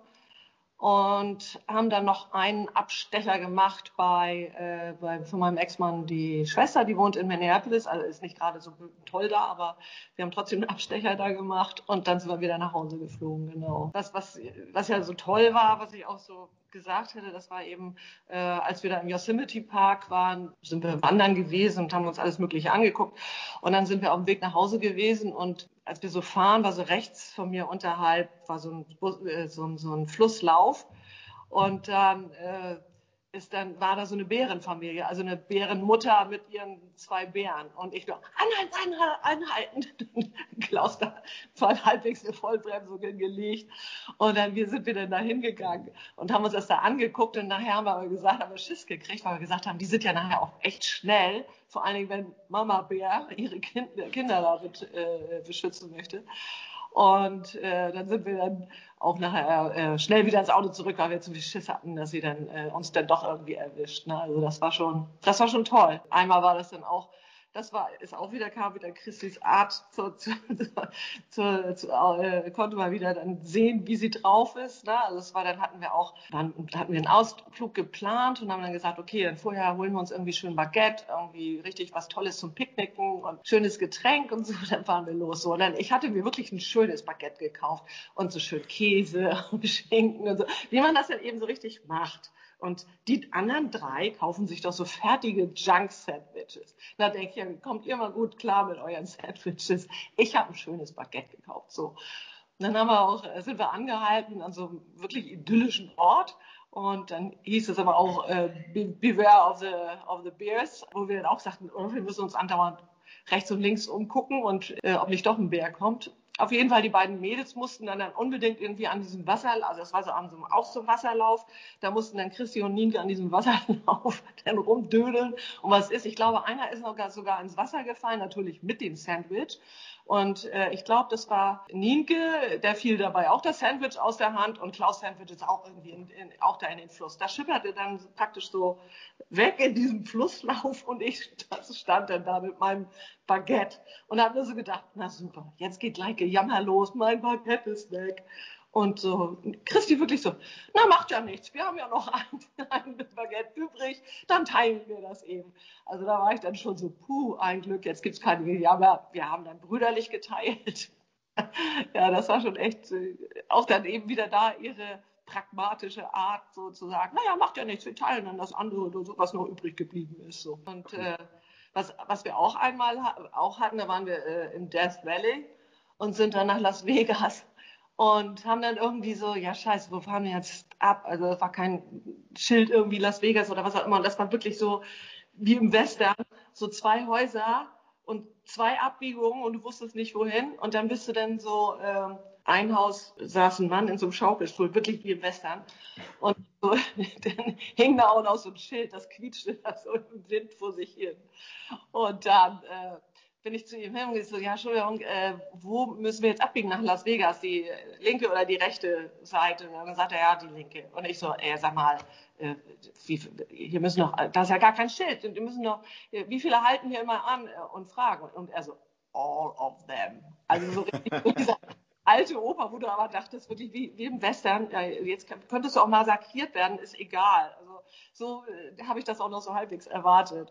und haben dann noch einen Abstecher gemacht bei, äh, bei von meinem Ex-Mann die Schwester, die wohnt in Minneapolis, also ist nicht gerade so toll da, aber wir haben trotzdem einen Abstecher da gemacht und dann sind wir wieder nach Hause geflogen, genau. Das, was, was ja so toll war, was ich auch so gesagt hätte, das war eben, äh, als wir da im Yosemite Park waren, sind wir wandern gewesen und haben uns alles Mögliche angeguckt und dann sind wir auf dem Weg nach Hause gewesen und als wir so fahren, war so rechts von mir unterhalb, war so ein, äh, so ein, so ein Flusslauf. Und dann äh, ist dann, war da so eine Bärenfamilie, also eine Bärenmutter mit ihren zwei Bären. Und ich nur, anhalten, anhalten, anhalten. Klaus da zwar halbwegs eine Vollbremsung hingelegt. Und dann wir sind wir dann da hingegangen und haben uns das da angeguckt. Und nachher haben wir aber gesagt, haben wir Schiss gekriegt, weil wir gesagt haben, die sind ja nachher auch echt schnell. Vor allen Dingen, wenn Mama Bär ihre kind, Kinder da bet, äh, beschützen möchte. Und äh, dann sind wir dann auch nachher äh, schnell wieder ins Auto zurück, weil wir zu viel Schiss hatten, dass sie dann äh, uns dann doch irgendwie erwischt. Ne? Also das war schon, das war schon toll. Einmal war das dann auch, das war, ist auch wieder, kam wieder Christis Art, zu, zu, zu, zu, äh, konnte man wieder dann sehen, wie sie drauf ist. Ne? Also das war, dann hatten wir auch, dann hatten wir einen Ausflug geplant und haben dann gesagt, okay, dann vorher holen wir uns irgendwie schön Baguette, irgendwie richtig was Tolles zum Picknicken und schönes Getränk und so, dann fahren wir los. So, und dann, ich hatte mir wirklich ein schönes Baguette gekauft und so schön Käse und Schinken und so, wie man das dann eben so richtig macht. Und die anderen drei kaufen sich doch so fertige Junk-Sandwiches. Da denke ich, ja, kommt ihr mal gut klar mit euren Sandwiches. Ich habe ein schönes Baguette gekauft. So. Und dann haben wir auch, sind wir angehalten an so einem wirklich idyllischen Ort. Und dann hieß es aber auch, äh, Beware of the, of the Bears, wo wir dann auch sagten, oh, wir müssen uns andauernd rechts und links umgucken und äh, ob nicht doch ein Bär kommt. Auf jeden Fall, die beiden Mädels mussten dann, dann unbedingt irgendwie an diesem Wasser, also das war so an so einem, auch so einem Wasserlauf, da mussten dann Christi und Nienke an diesem Wasserlauf dann rumdödeln. Und was ist, ich glaube, einer ist sogar, sogar ins Wasser gefallen, natürlich mit dem Sandwich. Und äh, ich glaube, das war Nienke, der fiel dabei auch das Sandwich aus der Hand und Klaus Sandwich ist auch irgendwie in, in, auch da in den Fluss. Das schipperte dann praktisch so weg in diesem Flusslauf und ich stand dann da mit meinem Baguette und habe mir so gedacht, na super, jetzt geht gleich Gejammer los, mein Baguette ist weg. Und so, Christi wirklich so, na macht ja nichts, wir haben ja noch ein, ein Baguette übrig, dann teilen wir das eben. Also da war ich dann schon so, puh, ein Glück, jetzt gibt's keine Gejammer, wir haben dann brüderlich geteilt. Ja, das war schon echt, auch dann eben wieder da ihre pragmatische Art sozusagen, naja, macht ja nichts, wir teilen dann das andere oder so, was noch übrig geblieben ist. So. Und äh, was, was wir auch einmal auch hatten, da waren wir äh, im Death Valley und sind dann nach Las Vegas und haben dann irgendwie so, ja scheiße, wo fahren wir jetzt ab? Also es war kein Schild irgendwie Las Vegas oder was auch immer. Und das war wirklich so wie im Western, so zwei Häuser und zwei Abbiegungen und du wusstest nicht wohin. Und dann bist du dann so, äh, ein Haus saß ein Mann in so einem Schaukelstuhl, wirklich wie im Western. Und so, dann hing da auch noch so ein Schild, das quietschte da so im Wind vor sich hin. Und dann äh, bin ich zu ihm hin und gesagt, so, ja, Entschuldigung, äh, wo müssen wir jetzt abbiegen nach Las Vegas? Die linke oder die rechte Seite? Und dann sagt er, ja, die linke. Und ich so, ey, sag mal, äh, wie, hier müssen noch, da ist ja gar kein Schild. Und die müssen noch, wie viele halten hier immer an und fragen? Und er so, all of them. Also so richtig so dieser alte Oper, wo du aber dachtest, wirklich wie, wie im Western, ja, jetzt könntest du auch massakriert werden, ist egal. Also so äh, habe ich das auch noch so halbwegs erwartet.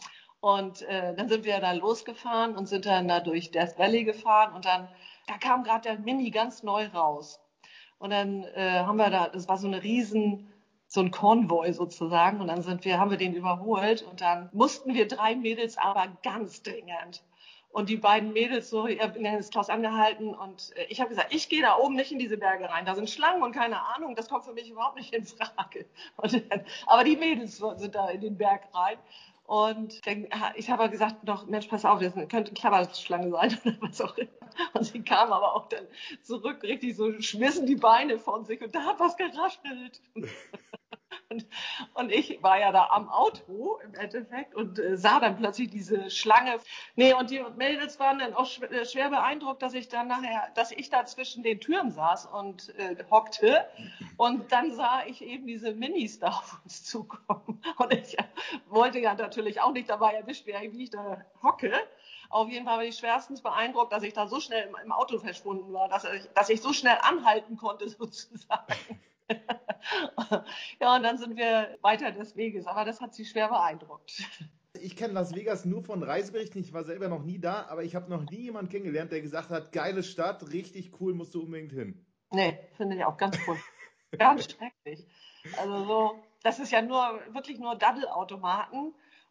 Und äh, dann sind wir da losgefahren und sind dann da durch Death Valley gefahren und dann, da kam gerade der Mini ganz neu raus. Und dann äh, haben wir da, das war so eine riesen, so ein Konvoi sozusagen und dann sind wir, haben wir den überholt und dann mussten wir drei Mädels aber ganz dringend. Und die beiden Mädels so, ich bin jetzt Klaus angehalten und äh, ich habe gesagt, ich gehe da oben nicht in diese Berge rein. Da sind Schlangen und keine Ahnung, das kommt für mich überhaupt nicht in Frage. Und dann, aber die Mädels sind da in den Berg rein. Und dann, ich habe gesagt, noch, Mensch, pass auf, das könnte eine Klapperschlange sein oder was auch immer. Und sie kam aber auch dann zurück, richtig so, schmissen die Beine von sich und da hat was geraschelt. Und, und ich war ja da am Auto im Endeffekt und äh, sah dann plötzlich diese Schlange. Nee, und die Mädels waren dann auch schwer, schwer beeindruckt, dass ich dann nachher, dass ich da zwischen den Türen saß und äh, hockte. Und dann sah ich eben diese Minis da auf uns zukommen. Und ich wollte ja natürlich auch nicht dabei erwischt werden, wie ich da hocke. Auf jeden Fall war ich schwerstens beeindruckt, dass ich da so schnell im, im Auto verschwunden war, dass ich, dass ich so schnell anhalten konnte sozusagen. Ja, und dann sind wir weiter des Weges, aber das hat sie schwer beeindruckt. Ich kenne Las Vegas nur von Reiseberichten, ich war selber noch nie da, aber ich habe noch nie jemanden kennengelernt, der gesagt hat, geile Stadt, richtig cool, musst du unbedingt hin. Nee, finde ich auch ganz cool. Ganz schrecklich. Also so, das ist ja nur, wirklich nur Daddelautomaten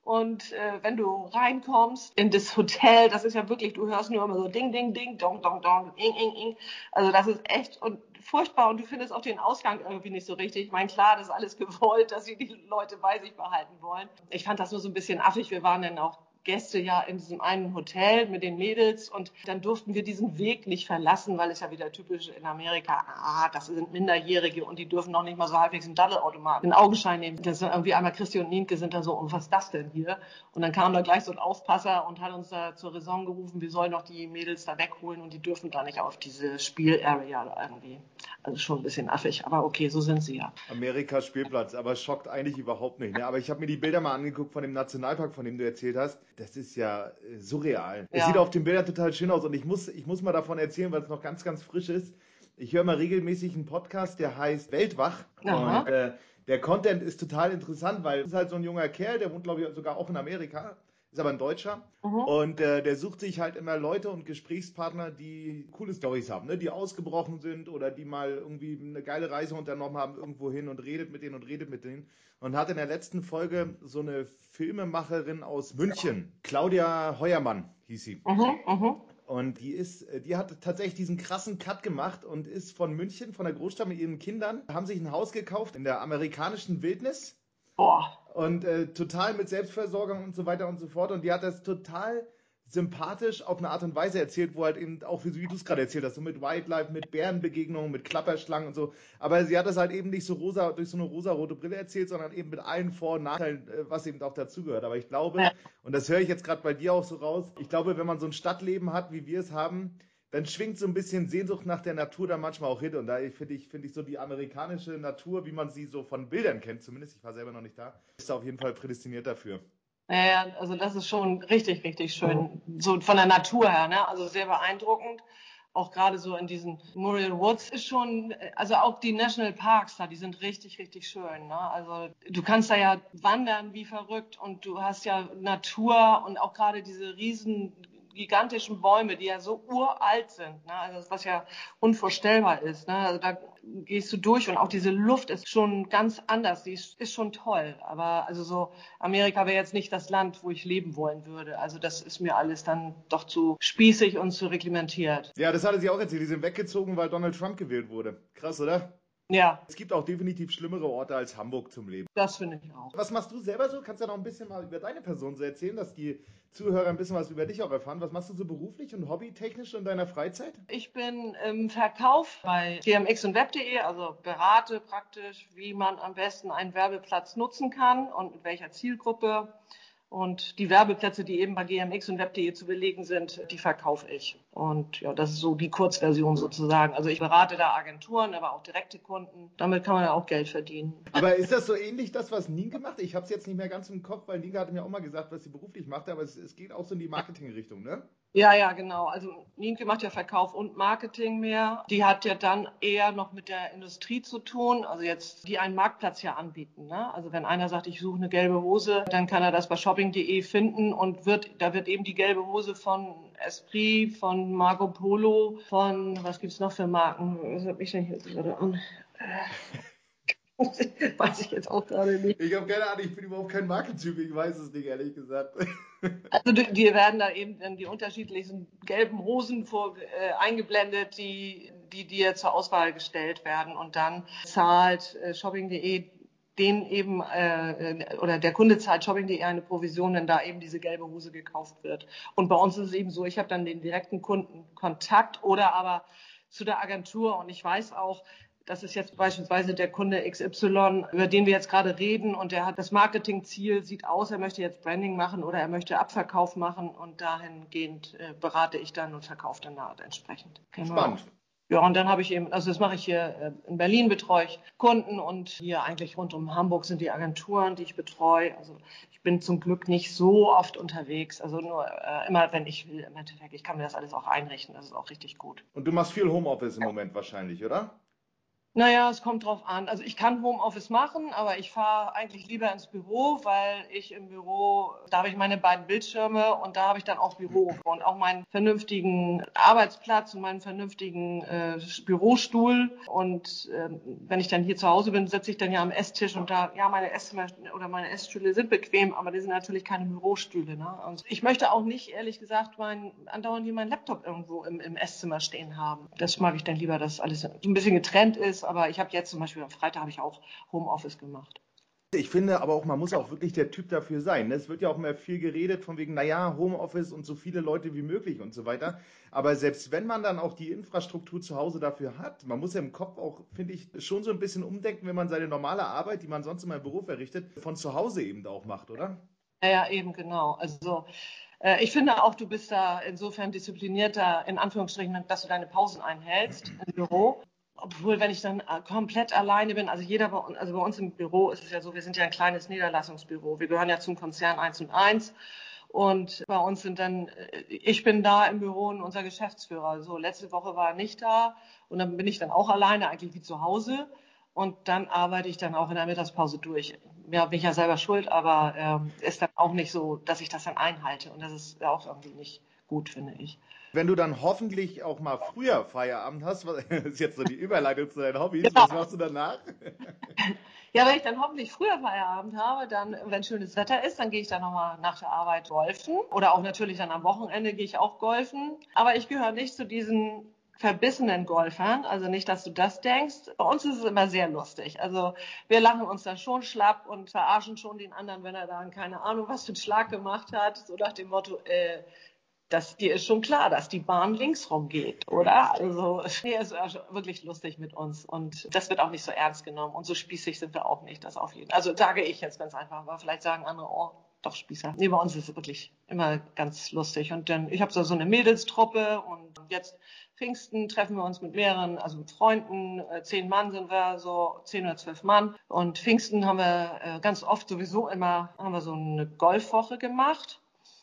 Und äh, wenn du reinkommst in das Hotel, das ist ja wirklich, du hörst nur immer so Ding, Ding, Ding, Dong, Dong, Dong, Ing, Ing, Ing. Also das ist echt und furchtbar und du findest auch den Ausgang irgendwie nicht so richtig. Ich meine, klar, das ist alles gewollt, dass sie die Leute bei sich behalten wollen. Ich fand das nur so ein bisschen affig. Wir waren dann auch Gäste ja in diesem einen Hotel mit den Mädels und dann durften wir diesen Weg nicht verlassen, weil es ja wieder typisch in Amerika, ah, das sind Minderjährige und die dürfen noch nicht mal so halbwegs einen Daddelautomaten, einen Augenschein nehmen. Das sind irgendwie einmal Christi und Nienke sind da so, und was ist das denn hier? Und dann kam da gleich so ein Aufpasser und hat uns da zur Raison gerufen, wir sollen doch die Mädels da wegholen und die dürfen da nicht auf diese Spielarea irgendwie. Also schon ein bisschen affig, aber okay, so sind sie ja. Amerikas Spielplatz, aber schockt eigentlich überhaupt nicht. Ne? Aber ich habe mir die Bilder mal angeguckt von dem Nationalpark, von dem du erzählt hast. Das ist ja äh, surreal. Es Ja. sieht auf den Bildern total schön aus und ich muss, ich muss mal davon erzählen, weil es noch ganz, ganz frisch ist. Ich höre mal regelmäßig einen Podcast, der heißt Weltwach. Aha. Und äh, der Content ist total interessant, weil es ist halt so ein junger Kerl, der wohnt, glaube ich, sogar auch in Amerika, ist aber ein Deutscher. Mhm. Und äh, der sucht sich halt immer Leute und Gesprächspartner, die coole Storys haben, ne? Die ausgebrochen sind oder die mal irgendwie eine geile Reise unternommen haben irgendwo hin und redet mit denen und redet mit denen. Und hat in der letzten Folge so eine Filmemacherin aus München, Claudia Heuermann hieß sie. Mhm. Mhm. Und die ist, die hat tatsächlich diesen krassen Cut gemacht und ist von München, von der Großstadt mit ihren Kindern, haben sich ein Haus gekauft in der amerikanischen Wildnis. Boah. Und äh, total mit Selbstversorgung und so weiter und so fort. Und die hat das total sympathisch auf eine Art und Weise erzählt, wo halt eben auch, wie du es gerade erzählt hast, so mit Wildlife, mit Bärenbegegnungen, mit Klapperschlangen und so. Aber sie hat das halt eben nicht so rosa, durch so eine rosarote Brille erzählt, sondern eben mit allen Vor- und Nachteilen, äh, was eben auch dazugehört. Aber ich glaube, Ja. und das höre ich jetzt gerade bei dir auch so raus, ich glaube, wenn man so ein Stadtleben hat, wie wir es haben, dann schwingt so ein bisschen Sehnsucht nach der Natur da manchmal auch hin. Und da finde ich, finde ich so die amerikanische Natur, wie man sie so von Bildern kennt, zumindest, ich war selber noch nicht da, ist da auf jeden Fall prädestiniert dafür. Ja, ja, also das ist schon richtig, richtig schön. So von der Natur her, ne? Also sehr beeindruckend. Auch gerade so in diesen Muriel Woods ist schon, also auch die National Parks da, die sind richtig, richtig schön, ne? Also du kannst da ja wandern wie verrückt und du hast ja Natur und auch gerade diese riesen gigantischen Bäume, die ja so uralt sind, ne? Also was ja unvorstellbar ist, ne? Also da gehst du durch und auch diese Luft ist schon ganz anders, die ist, ist schon toll. Aber also so Amerika wäre jetzt nicht das Land, wo ich leben wollen würde. Also das ist mir alles dann doch zu spießig und zu reglementiert. Ja, das hatte sie auch erzählt. Die sind weggezogen, weil Donald Trump gewählt wurde. Krass, oder? Ja, Es gibt auch definitiv schlimmere Orte als Hamburg zum Leben. das finde ich auch. Was machst du selber so? Kannst du ja noch ein bisschen mal über deine Person so erzählen, dass die Zuhörer ein bisschen was über dich auch erfahren. Was machst du so beruflich und hobbytechnisch in deiner Freizeit? Ich bin im Verkauf bei G M X und web punkt de, also berate praktisch, wie man am besten einen Werbeplatz nutzen kann und mit welcher Zielgruppe. Und die Werbeplätze, die eben bei G M X und web punkt de zu belegen sind, die verkaufe ich. Und ja, das ist so die Kurzversion sozusagen. Also ich berate da Agenturen, aber auch direkte Kunden. Damit kann man ja auch Geld verdienen. Aber ist das so ähnlich das, was Nienke macht? Ich habe es jetzt nicht mehr ganz im Kopf, weil Nienke hatte mir auch mal gesagt, was sie beruflich macht, aber es, es geht auch so in die Marketingrichtung, ne? Ja, ja, genau. Also Nienke macht ja Verkauf und Marketing mehr. Die hat ja dann eher noch mit der Industrie zu tun, also jetzt die einen Marktplatz ja anbieten, ne? Also wenn einer sagt, ich suche eine gelbe Hose, dann kann er das bei shopping punkt de finden und wird, da wird eben die gelbe Hose von Esprit, von Marco Polo, von, was gibt's noch für Marken? Was hab ich denn jetzt gerade an? Weiß ich jetzt auch gerade nicht. Ich habe keine Ahnung, ich bin überhaupt kein Markentyp, ich weiß es nicht, ehrlich gesagt. Also die, die werden da eben dann die unterschiedlichen gelben Hosen vor, äh, eingeblendet, die, die dir zur Auswahl gestellt werden und dann zahlt äh, shopping punkt de den eben äh, oder der Kunde zahlt shopping punkt de eine Provision, wenn da eben diese gelbe Hose gekauft wird. Und bei uns ist es eben so, ich habe dann den direkten Kundenkontakt oder aber zu der Agentur und ich weiß auch, das ist jetzt beispielsweise der Kunde X Y, über den wir jetzt gerade reden und der hat das Marketingziel, sieht aus, er möchte jetzt Branding machen oder er möchte Abverkauf machen und dahingehend äh, berate ich dann und verkaufe dann da entsprechend. Genau. Spannend. Ja, und dann habe ich eben, also das mache ich hier äh, in Berlin, betreue ich Kunden und hier eigentlich rund um Hamburg sind die Agenturen, die ich betreue. Also ich bin zum Glück nicht so oft unterwegs, also nur äh, immer, wenn ich will, im Endeffekt. Ich kann mir das alles auch einrichten, das ist auch richtig gut. Und du machst viel Homeoffice im Moment wahrscheinlich, oder? Naja, es kommt drauf an. Also ich kann Homeoffice machen, aber ich fahre eigentlich lieber ins Büro, weil ich im Büro, da habe ich meine beiden Bildschirme und da habe ich dann auch Büro und auch meinen vernünftigen Arbeitsplatz und meinen vernünftigen äh, Bürostuhl. Und ähm, wenn ich dann hier zu Hause bin, sitze ich dann ja am Esstisch und da, ja, meine Esszimmer oder meine Essstühle sind bequem, aber die sind natürlich keine Bürostühle. Ne? Und ich möchte auch nicht, ehrlich gesagt, mein, andauernd hier meinen Laptop irgendwo im, im Esszimmer stehen haben. Das mag ich dann lieber, dass alles so ein bisschen getrennt ist. Aber ich habe jetzt zum Beispiel am Freitag habe ich auch Homeoffice gemacht. Ich finde aber auch, man muss auch wirklich der Typ dafür sein. Ne? Es wird ja auch immer viel geredet von wegen, naja, Homeoffice und so viele Leute wie möglich und so weiter. Aber selbst wenn man dann auch die Infrastruktur zu Hause dafür hat, man muss ja im Kopf auch, finde ich, schon so ein bisschen umdenken, wenn man seine normale Arbeit, die man sonst immer im Beruf verrichtet, von zu Hause eben auch macht, oder? Ja, ja, eben genau. Also äh, ich finde auch, du bist da insofern disziplinierter, in Anführungsstrichen, dass du deine Pausen einhältst im Büro. Obwohl, wenn ich dann äh, komplett alleine bin, also jeder bei, uns- also bei uns im Büro ist es ja so, wir sind ja ein kleines Niederlassungsbüro. Wir gehören ja zum Konzern eins und eins. Und bei uns sind dann, äh, ich bin da im Büro und unser Geschäftsführer. So, letzte Woche war er nicht da und dann bin ich dann auch alleine, eigentlich wie zu Hause. Und dann arbeite ich dann auch in der Mittagspause durch. Ja, bin ich ja selber schuld, aber ähm, ist dann auch nicht so, dass ich das dann einhalte. Und das ist ja auch irgendwie nicht gut, finde ich. Wenn du dann hoffentlich auch mal früher Feierabend hast, was ist jetzt so die Überleitung zu deinen Hobbys, was Genau. machst du danach? Ja, wenn ich dann hoffentlich früher Feierabend habe, dann, wenn schönes Wetter ist, dann gehe ich dann nochmal nach der Arbeit golfen. Oder auch natürlich dann am Wochenende gehe ich auch golfen. Aber ich gehöre nicht zu diesen verbissenen Golfern. Also nicht, dass du das denkst. Bei uns ist es immer sehr lustig. Also wir lachen uns da schon schlapp und verarschen schon den anderen, wenn er da keine Ahnung was für einen Schlag gemacht hat. So nach dem Motto, äh, das, dir ist schon klar, dass die Bahn links rum geht, oder? Also, nee, es ist wirklich lustig mit uns und das wird auch nicht so ernst genommen und so spießig sind wir auch nicht, das auf jeden Fall. Also sage ich jetzt ganz einfach, aber vielleicht sagen andere, oh, doch Spießer. Nee, bei uns ist es wirklich immer ganz lustig und dann, ich habe so, so eine Mädelstruppe und jetzt Pfingsten treffen wir uns mit mehreren, also mit Freunden, äh, zehn Mann sind wir, so zehn oder zwölf Mann und Pfingsten haben wir äh, ganz oft sowieso immer, haben wir so eine Golfwoche gemacht.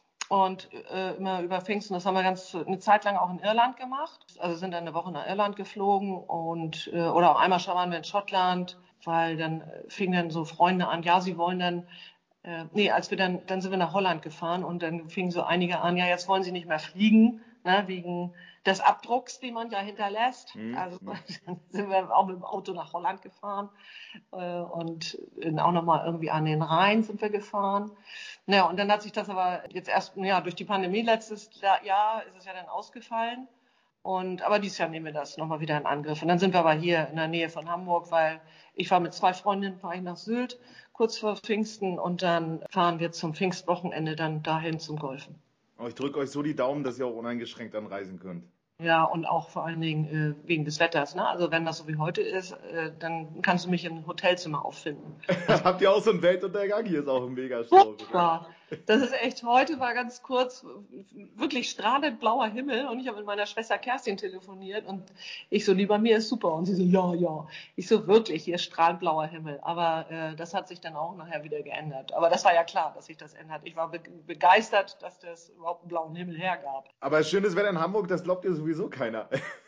Und äh, immer über Pfingsten, das haben wir ganz eine Zeit lang auch in Irland gemacht. Also sind dann eine Woche nach Irland geflogen und äh, oder auch einmal schon waren wir in Schottland, weil dann äh, fingen dann so Freunde an, ja, sie wollen dann, äh, nee, als wir dann, dann sind wir nach Holland gefahren und dann fingen so einige an, ja, jetzt wollen sie nicht mehr fliegen, ne, wegen des Abdrucks, den man ja hinterlässt. Hm, Also hm. dann sind wir auch mit dem Auto nach Holland gefahren äh, und äh, auch nochmal irgendwie an den Rhein sind wir gefahren. Naja, und dann hat sich das aber jetzt erst, ja, durch die Pandemie letztes Jahr ist es ja dann ausgefallen. Und, aber dieses Jahr nehmen wir das nochmal wieder in Angriff. Und dann sind wir aber hier in der Nähe von Hamburg, weil ich war mit zwei Freundinnen, fahre ich nach Sylt, kurz vor Pfingsten, und dann fahren wir zum Pfingstwochenende dann dahin zum Golfen. Aber ich drücke euch so die Daumen, dass ihr auch uneingeschränkt anreisen könnt. Ja, und auch vor allen Dingen äh, wegen des Wetters, ne? Also wenn das so wie heute ist, äh, dann kannst du mich im Hotelzimmer auffinden. Also Habt ihr auch so einen Weltuntergang? Hier ist auch ein Megasturm. furchtbar. Das ist echt, heute war ganz kurz wirklich strahlend blauer Himmel und ich habe mit meiner Schwester Kerstin telefoniert und ich so, lieber mir ist super. Und sie so, ja, ja. Ich so, wirklich, hier ist strahlend blauer Himmel. Aber äh, das hat sich dann auch nachher wieder geändert. Aber das war ja klar, dass sich das ändert. Ich war be begeistert, dass das überhaupt einen blauen Himmel hergab. Aber schönes Wetter in Hamburg, das glaubt ihr sowieso keiner.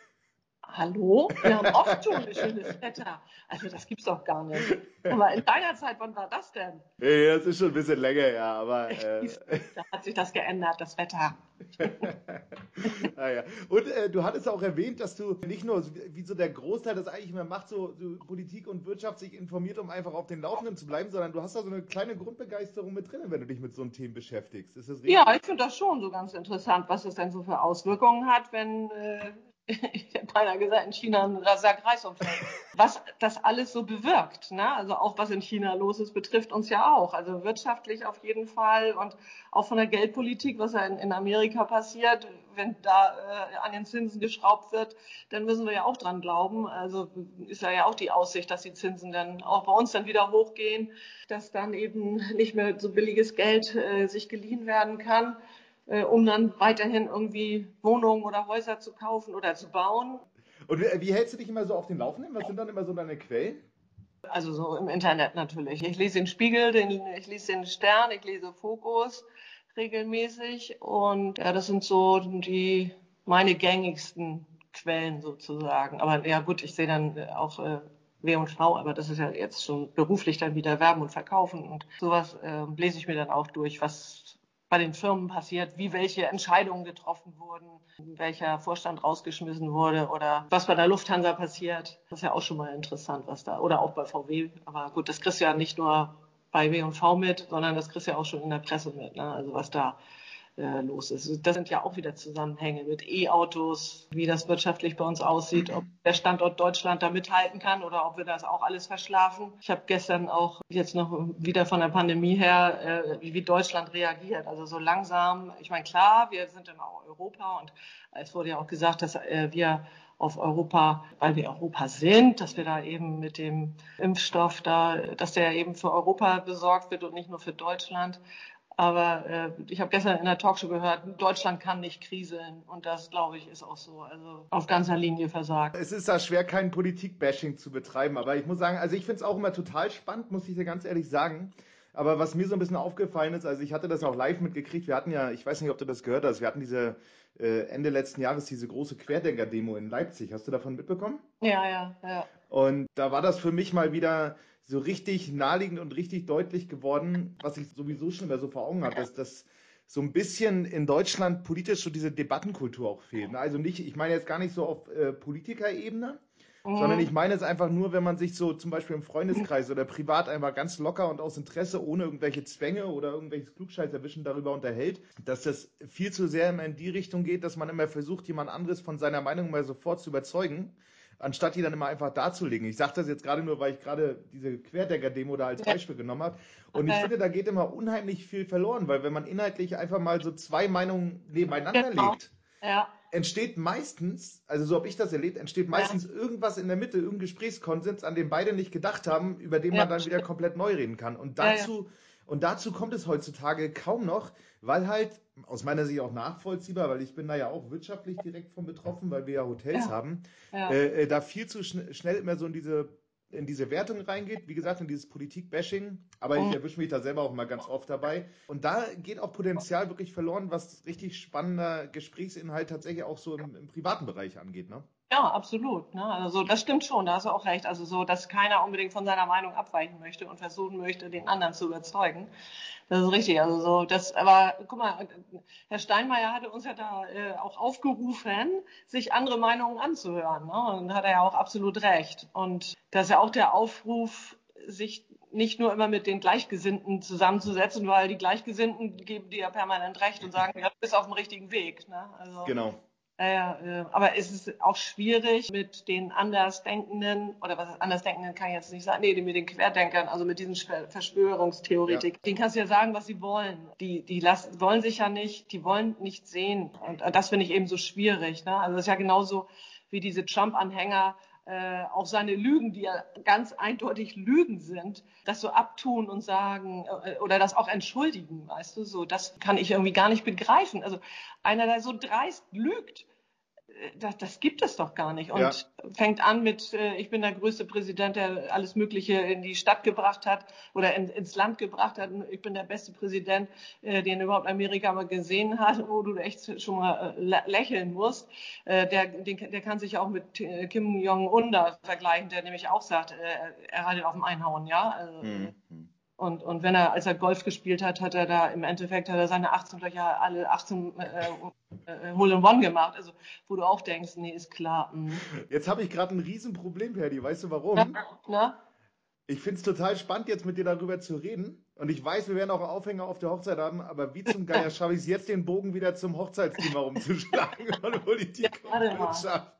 Hallo? Wir haben oft schon schönes Wetter. Also das gibt's doch gar nicht. Aber in deiner Zeit, wann war das denn? Nee, das ist schon ein bisschen länger her, aber. Siehst Äh, du, da hat sich das geändert, das Wetter. ah, ja. Und äh, du hattest auch erwähnt, dass du nicht nur, so wie wie so der Großteil das eigentlich immer macht, so, so Politik und Wirtschaft sich informiert, um einfach auf den Laufenden zu bleiben, sondern du hast da so eine kleine Grundbegeisterung mit drin, wenn du dich mit so einem Thema beschäftigst. Ist das Ja, richtig? ich finde das schon so ganz interessant, was es denn so für Auswirkungen hat, wenn, äh, ich hätte beinahe gesagt, in China ein raser Kreis umfällt. Was das alles so bewirkt, ne? Also auch was in China los ist, betrifft uns ja auch. Also wirtschaftlich auf jeden Fall und auch von der Geldpolitik, was ja in, in Amerika passiert, wenn da äh, an den Zinsen geschraubt wird, dann müssen wir ja auch dran glauben. Also ist ja ja auch die Aussicht, dass die Zinsen dann auch bei uns dann wieder hochgehen, dass dann eben nicht mehr so billiges Geld äh, sich geliehen werden kann, äh, um dann weiterhin irgendwie Wohnungen oder Häuser zu kaufen oder zu bauen. Und wie, wie hältst du dich immer so auf den Laufenden? Was sind dann immer so deine Quellen? Also so im Internet natürlich. Ich lese den Spiegel, den, ich lese den Stern, ich lese Fokus regelmäßig und ja, das sind so die meine gängigsten Quellen sozusagen. Aber ja gut, ich sehe dann auch äh, W und V, aber das ist ja jetzt schon beruflich dann wieder Werben und Verkaufen und sowas äh, lese ich mir dann auch durch, was bei den Firmen passiert, wie welche Entscheidungen getroffen wurden, welcher Vorstand rausgeschmissen wurde oder was bei der Lufthansa passiert. Das ist ja auch schon mal interessant, was da, oder auch bei V W. Aber gut, das kriegst du ja nicht nur bei W und V mit, sondern das kriegst du ja auch schon in der Presse mit, ne? Also was da äh, los ist. Das sind ja auch wieder Zusammenhänge mit E-Autos, wie das wirtschaftlich bei uns aussieht, ob der Standort Deutschland da mithalten kann oder ob wir das auch alles verschlafen. Ich habe gestern auch jetzt noch wieder von der Pandemie her, äh, wie Deutschland reagiert. Also so langsam, ich meine, klar, wir sind in Europa und es wurde ja auch gesagt, dass äh, wir auf Europa, weil wir Europa sind, dass wir da eben mit dem Impfstoff da, dass der eben für Europa besorgt wird und nicht nur für Deutschland. Aber äh, ich habe gestern in der Talkshow gehört, Deutschland kann nicht kriseln. Und das, glaube ich, ist auch so. Also auf ganzer Linie versagt. Es ist da schwer, kein Politik-Bashing zu betreiben. Aber ich muss sagen, also ich finde es auch immer total spannend, muss ich dir ganz ehrlich sagen. Aber was mir so ein bisschen aufgefallen ist, also ich hatte das auch live mitgekriegt. Wir hatten ja, ich weiß nicht, ob du das gehört hast, wir hatten diese äh, Ende letzten Jahres diese große Querdenker-Demo in Leipzig. Hast du davon mitbekommen? Ja, ja, ja. Und da war das für mich mal wieder so richtig naheliegend und richtig deutlich geworden, was ich sowieso schon immer so vor Augen hatte, dass das so ein bisschen in Deutschland politisch so diese Debattenkultur auch fehlt. Ne? Also nicht, ich meine jetzt gar nicht so auf äh, Politikerebene, sondern ich Mhm. meine es einfach nur, wenn man sich so zum Beispiel im Freundeskreis oder privat einfach ganz locker und aus Interesse, ohne irgendwelche Zwänge oder irgendwelches Klugscheißerwischen darüber unterhält, dass das viel zu sehr immer in die Richtung geht, dass man immer versucht, jemand anderes von seiner Meinung mal sofort zu überzeugen, anstatt die dann immer einfach darzulegen. Ich sage das jetzt gerade nur, weil ich gerade diese Querdenker-Demo da als Ja, Beispiel genommen habe. Und ich äh, finde, da geht immer unheimlich viel verloren, weil wenn man inhaltlich einfach mal so zwei Meinungen nebeneinander genau. legt, Ja, entsteht meistens, also so habe ich das erlebt, entsteht ja, meistens irgendwas in der Mitte, irgendein Gesprächskonsens, an den beide nicht gedacht haben, über den ja, man dann wieder komplett neu reden kann. Und ja, ja, dazu, und dazu kommt es heutzutage kaum noch, weil halt, aus meiner Sicht auch nachvollziehbar, weil ich bin da ja auch wirtschaftlich direkt von betroffen, weil wir ja Hotels ja, haben, ja. äh, äh, da viel zu schn schnell immer so in diese in diese Wertung reingeht, wie gesagt, in dieses Politik-Bashing, aber ich Mhm. erwische mich da selber auch mal ganz oft dabei. Und da geht auch Potenzial wirklich verloren, was richtig spannender Gesprächsinhalt tatsächlich auch so im, im privaten Bereich angeht, ne? Ja, absolut. Ne? Also das stimmt schon, da hast du auch recht. Also so, dass keiner unbedingt von seiner Meinung abweichen möchte und versuchen möchte, den anderen zu überzeugen. Das ist richtig. Also so, das, aber guck mal, Herr Steinmeier hatte uns ja da äh, auch aufgerufen, sich andere Meinungen anzuhören. Ne? Und da hat er ja auch absolut recht. Und das ist ja auch der Aufruf, sich nicht nur immer mit den Gleichgesinnten zusammenzusetzen, weil die Gleichgesinnten geben dir ja permanent recht und sagen, ja, du bist auf dem richtigen Weg. Ne? Also Genau. ja, ja, äh, aber es ist auch schwierig mit den Andersdenkenden, oder was heißt Andersdenkenden kann ich jetzt nicht sagen, nee, mit den Querdenkern, also mit diesen Ver- Ja. Verschwörungstheoretikern. Denen kannst du ja sagen, was sie wollen. Die, die lassen, wollen sich ja nicht, die wollen nicht sehen. Und äh, das finde ich eben so schwierig. Ne? Also das ist ja genauso wie diese Trump-Anhänger äh, auch seine Lügen, die ja ganz eindeutig Lügen sind, das so abtun und sagen äh, oder das auch entschuldigen, weißt du, so, das kann ich irgendwie gar nicht begreifen. Also einer, der so dreist lügt, das, das gibt es doch gar nicht. Ja. Und fängt an mit, äh, ich bin der größte Präsident, der alles Mögliche in die Stadt gebracht hat oder in, ins Land gebracht hat. Ich bin der beste Präsident, äh, den überhaupt Amerika mal gesehen hat, wo du echt schon mal äh, lächeln musst. Äh, der, den, der kann sich auch mit äh, Kim Jong-un da vergleichen, der nämlich auch sagt, äh, er hat ihn auf dem Einhauen, ja. Also, äh, Hm. Hm. und, und wenn er, als er Golf gespielt hat, hat er da im Endeffekt hat er seine achtzehn Löcher alle achtzehn äh, äh, Hole in One gemacht. Also, wo du auch denkst, nee, ist klar. Mh. Jetzt habe ich gerade ein Riesenproblem, Perdi. Weißt du Na, warum? na? Ich finde es total spannend, jetzt mit dir darüber zu reden. Und ich weiß, wir werden auch einen Aufhänger auf der Hochzeit haben, aber wie zum Geier schaffe ich es jetzt, den Bogen wieder zum Hochzeitsthema rumzuschlagen von Ja, Politik und warte mal. Wirtschaft.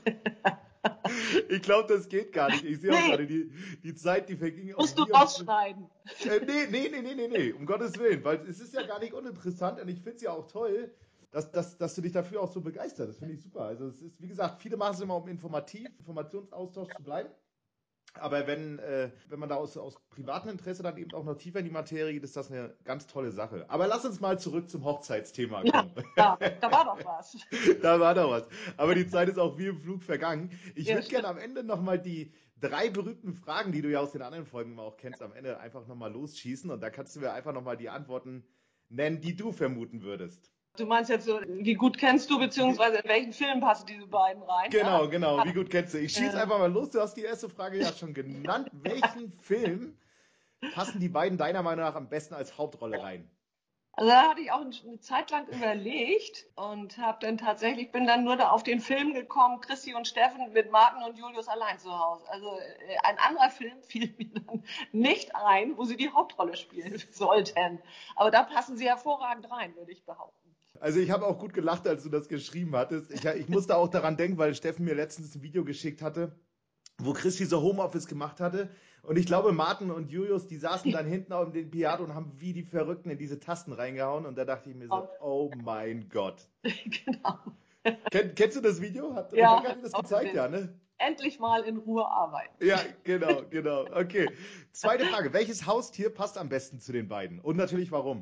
Ich glaube, das geht gar nicht. Ich sehe auch Nee, gerade, die, die Zeit, die verging auch musst du wie am Fl- rausschneiden. äh, nee, nee, nee, nee, nee, nee, um Gottes Willen, weil es ist ja gar nicht uninteressant und ich finde es ja auch toll, dass, dass, dass du dich dafür auch so begeisterst. Das finde ich super. Also es ist, wie gesagt, viele machen es immer, um informativ, Informationsaustausch zu bleiben. Aber wenn, äh, wenn man da aus, aus privatem Interesse dann eben auch noch tiefer in die Materie geht, ist das eine ganz tolle Sache. Aber lass uns mal zurück zum Hochzeitsthema Ja, kommen. da, da war doch was. Da war doch was. Aber die Zeit ist auch wie im Flug vergangen. Ich Ja, würde gerne stimmt. am Ende nochmal die drei berühmten Fragen, die du ja aus den anderen Folgen immer auch kennst, am Ende einfach nochmal losschießen. Und da kannst du mir einfach nochmal die Antworten nennen, die du vermuten würdest. Du meinst jetzt so, wie gut kennst du, beziehungsweise in welchen Film passen diese beiden rein? Genau, ja? genau, wie gut kennst du? Ich schieße Äh, einfach mal los, du hast die erste Frage ja schon genannt. Welchen Film passen die beiden deiner Meinung nach am besten als Hauptrolle rein? Also da hatte ich auch eine Zeit lang überlegt und habe dann tatsächlich, bin dann nur da auf den Film gekommen, Christi und Steffen mit Martin und Julius allein zu Hause. Also äh, ein anderer Film fiel mir dann nicht ein, wo sie die Hauptrolle spielen sollten. Aber da passen sie hervorragend rein, würde ich behaupten. Also ich habe auch gut gelacht, als du das geschrieben hattest. Ich, ich musste auch daran denken, weil Steffen mir letztens ein Video geschickt hatte, wo Christi so Homeoffice gemacht hatte. Und ich glaube, Martin und Julius, die saßen dann hinten auf dem Piano und haben wie die Verrückten in diese Tasten reingehauen. Und da dachte ich mir so, oh mein Gott. Genau. Kenn, kennst du das Video? Hat Ja, Rebecca dir das gezeigt? Ja, ne? Endlich mal in Ruhe arbeiten. Ja, genau, genau. Okay. Zweite Frage. Welches Haustier passt am besten zu den beiden? Und natürlich warum?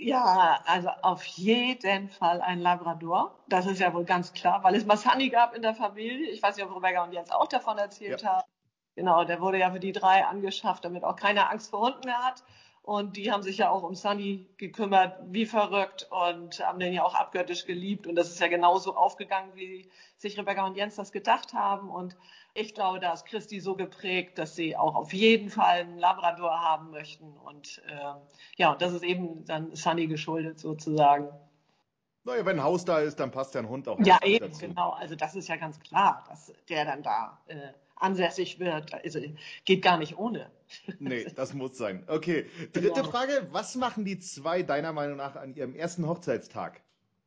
Ja, also auf jeden Fall ein Labrador. Das ist ja wohl ganz klar, weil es Masani gab in der Familie. Ich weiß nicht, ob Rebecca und Jens auch davon Ja. erzählt haben. Genau, der wurde ja für die drei angeschafft, damit auch keiner Angst vor Hunden mehr hat. Und die haben sich ja auch um Sunny gekümmert, wie verrückt, und haben den ja auch abgöttisch geliebt. Und das ist ja genauso aufgegangen, wie sich Rebecca und Jens das gedacht haben. Und ich glaube, da ist Christi so geprägt, dass sie auch auf jeden Fall einen Labrador haben möchten. Und ähm, ja, das ist eben dann Sunny geschuldet sozusagen. Naja, wenn ein Haus da ist, dann passt ja ein Hund auch Ja, ganz gut eben, dazu. genau. Also das ist ja ganz klar, dass der dann da äh, ansässig wird. Also geht gar nicht ohne. Nee, das muss sein. Okay. Dritte Genau. Frage. Was machen die zwei deiner Meinung nach an ihrem ersten Hochzeitstag?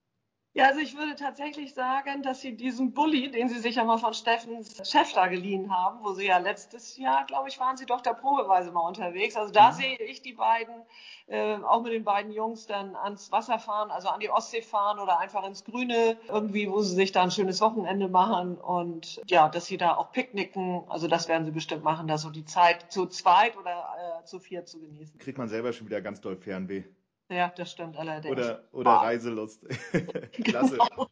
Ja, also ich würde tatsächlich sagen, dass sie diesen Bulli, den sie sich ja mal von Steffens Chef da geliehen haben, wo sie ja letztes Jahr, glaube ich, waren sie doch da probeweise mal unterwegs. Also da Mhm. sehe ich die beiden, äh, auch mit den beiden Jungs, dann ans Wasser fahren, also an die Ostsee fahren oder einfach ins Grüne, irgendwie, wo sie sich da ein schönes Wochenende machen und ja, dass sie da auch picknicken. Also das werden sie bestimmt machen, da so die Zeit zu zweit oder äh, zu viert zu genießen. Kriegt man selber schon wieder ganz doll Fernweh. Ja, das stimmt allerdings. Oder, oder Reiselust. Klasse. Genau.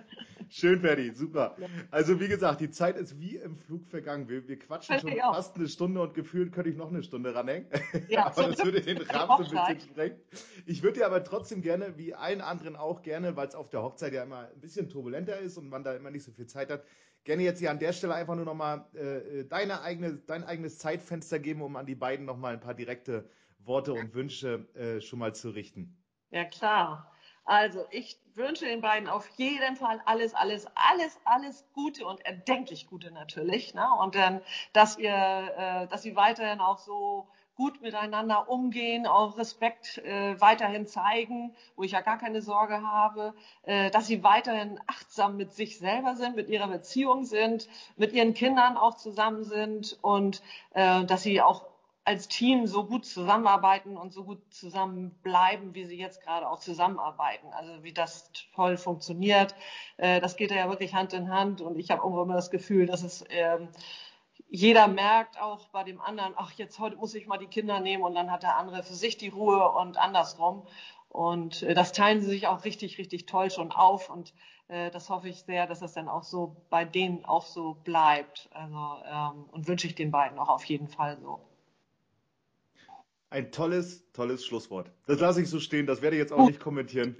Schön, Ferdi, super. Also wie gesagt, die Zeit ist wie im Flug vergangen. Wir, wir quatschen Finde schon ich auch. fast eine Stunde und gefühlt könnte ich noch eine Stunde ranhängen. Ja, Aber das zurück würde den zur Rahmen so ein bisschen Hochzeit. sprengen. Ich würde dir aber trotzdem gerne, wie allen anderen auch gerne, weil es auf der Hochzeit ja immer ein bisschen turbulenter ist und man da immer nicht so viel Zeit hat, gerne jetzt hier an der Stelle einfach nur nochmal äh, deine eigene, dein eigenes Zeitfenster geben, um an die beiden nochmal ein paar direkte Worte und Wünsche äh, schon mal zu richten. Ja, klar. Also, ich wünsche den beiden auf jeden Fall alles, alles, alles, alles Gute und erdenklich Gute natürlich, ne? Und dann, dass ihr, äh, dass sie weiterhin auch so gut miteinander umgehen, auch Respekt äh, weiterhin zeigen, wo ich ja gar keine Sorge habe, äh, dass sie weiterhin achtsam mit sich selber sind, mit ihrer Beziehung sind, mit ihren Kindern auch zusammen sind und äh, dass sie auch als Team so gut zusammenarbeiten und so gut zusammenbleiben, wie sie jetzt gerade auch zusammenarbeiten. Also wie das toll funktioniert, äh, das geht ja wirklich Hand in Hand. Und ich habe auch immer das Gefühl, dass es ähm, jeder merkt auch bei dem anderen, ach, jetzt heute muss ich mal die Kinder nehmen und dann hat der andere für sich die Ruhe und andersrum. Und äh, das teilen sie sich auch richtig, richtig toll schon auf. Und äh, das hoffe ich sehr, dass das dann auch so bei denen auch so bleibt. Also ähm, und wünsche ich den beiden auch auf jeden Fall so. Ein tolles, tolles Schlusswort. Das lasse ich so stehen, das werde ich jetzt auch Gut. nicht kommentieren.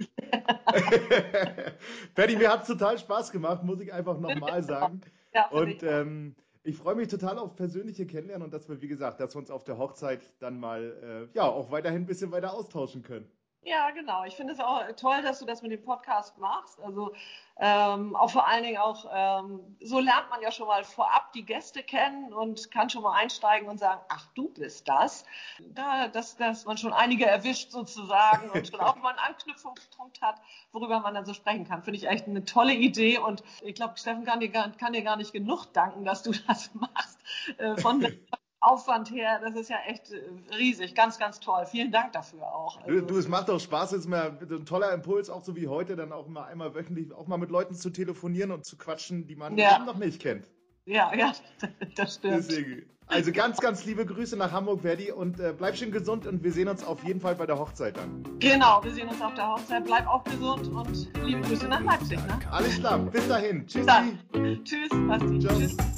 Ferdi, mir hat es total Spaß gemacht, muss ich einfach nochmal sagen. Ja, finde Und ich auch. ähm, ich freue mich total auf persönliche Kennenlernen und dass wir, wie gesagt, dass wir uns auf der Hochzeit dann mal äh, ja auch weiterhin ein bisschen weiter austauschen können. Ja, genau. Ich finde es auch toll, dass du das mit dem Podcast machst. Also ähm, auch vor allen Dingen auch, ähm, so lernt man ja schon mal vorab die Gäste kennen und kann schon mal einsteigen und sagen, ach, du bist das. Da, dass, dass man schon einige erwischt sozusagen und schon auch mal einen Anknüpfungspunkt hat, worüber man dann so sprechen kann. Finde ich echt eine tolle Idee und ich glaube, Steffen kann dir, gar, kann dir gar nicht genug danken, dass du das machst. Äh, von der Aufwand her, das ist ja echt äh, riesig, ganz, ganz toll. Vielen Dank dafür auch. Du, Also, du, es macht auch Spaß, es ist mal ein toller Impuls, auch so wie heute, dann auch mal einmal wöchentlich auch mal mit Leuten zu telefonieren und zu quatschen, die man Ja. eben noch nicht kennt. ja, ja, das stimmt. Deswegen. Also ganz, ganz liebe Grüße nach Hamburg, Ferdi, und äh, bleib schön gesund und wir sehen uns auf jeden Fall bei der Hochzeit dann. Genau, wir sehen uns auf der Hochzeit. Bleib auch gesund und liebe Grüße nach Leipzig. Ne? Alles klar, bis dahin. Tschüssi. Dann. Tschüss, Basti. Ciao. Tschüss.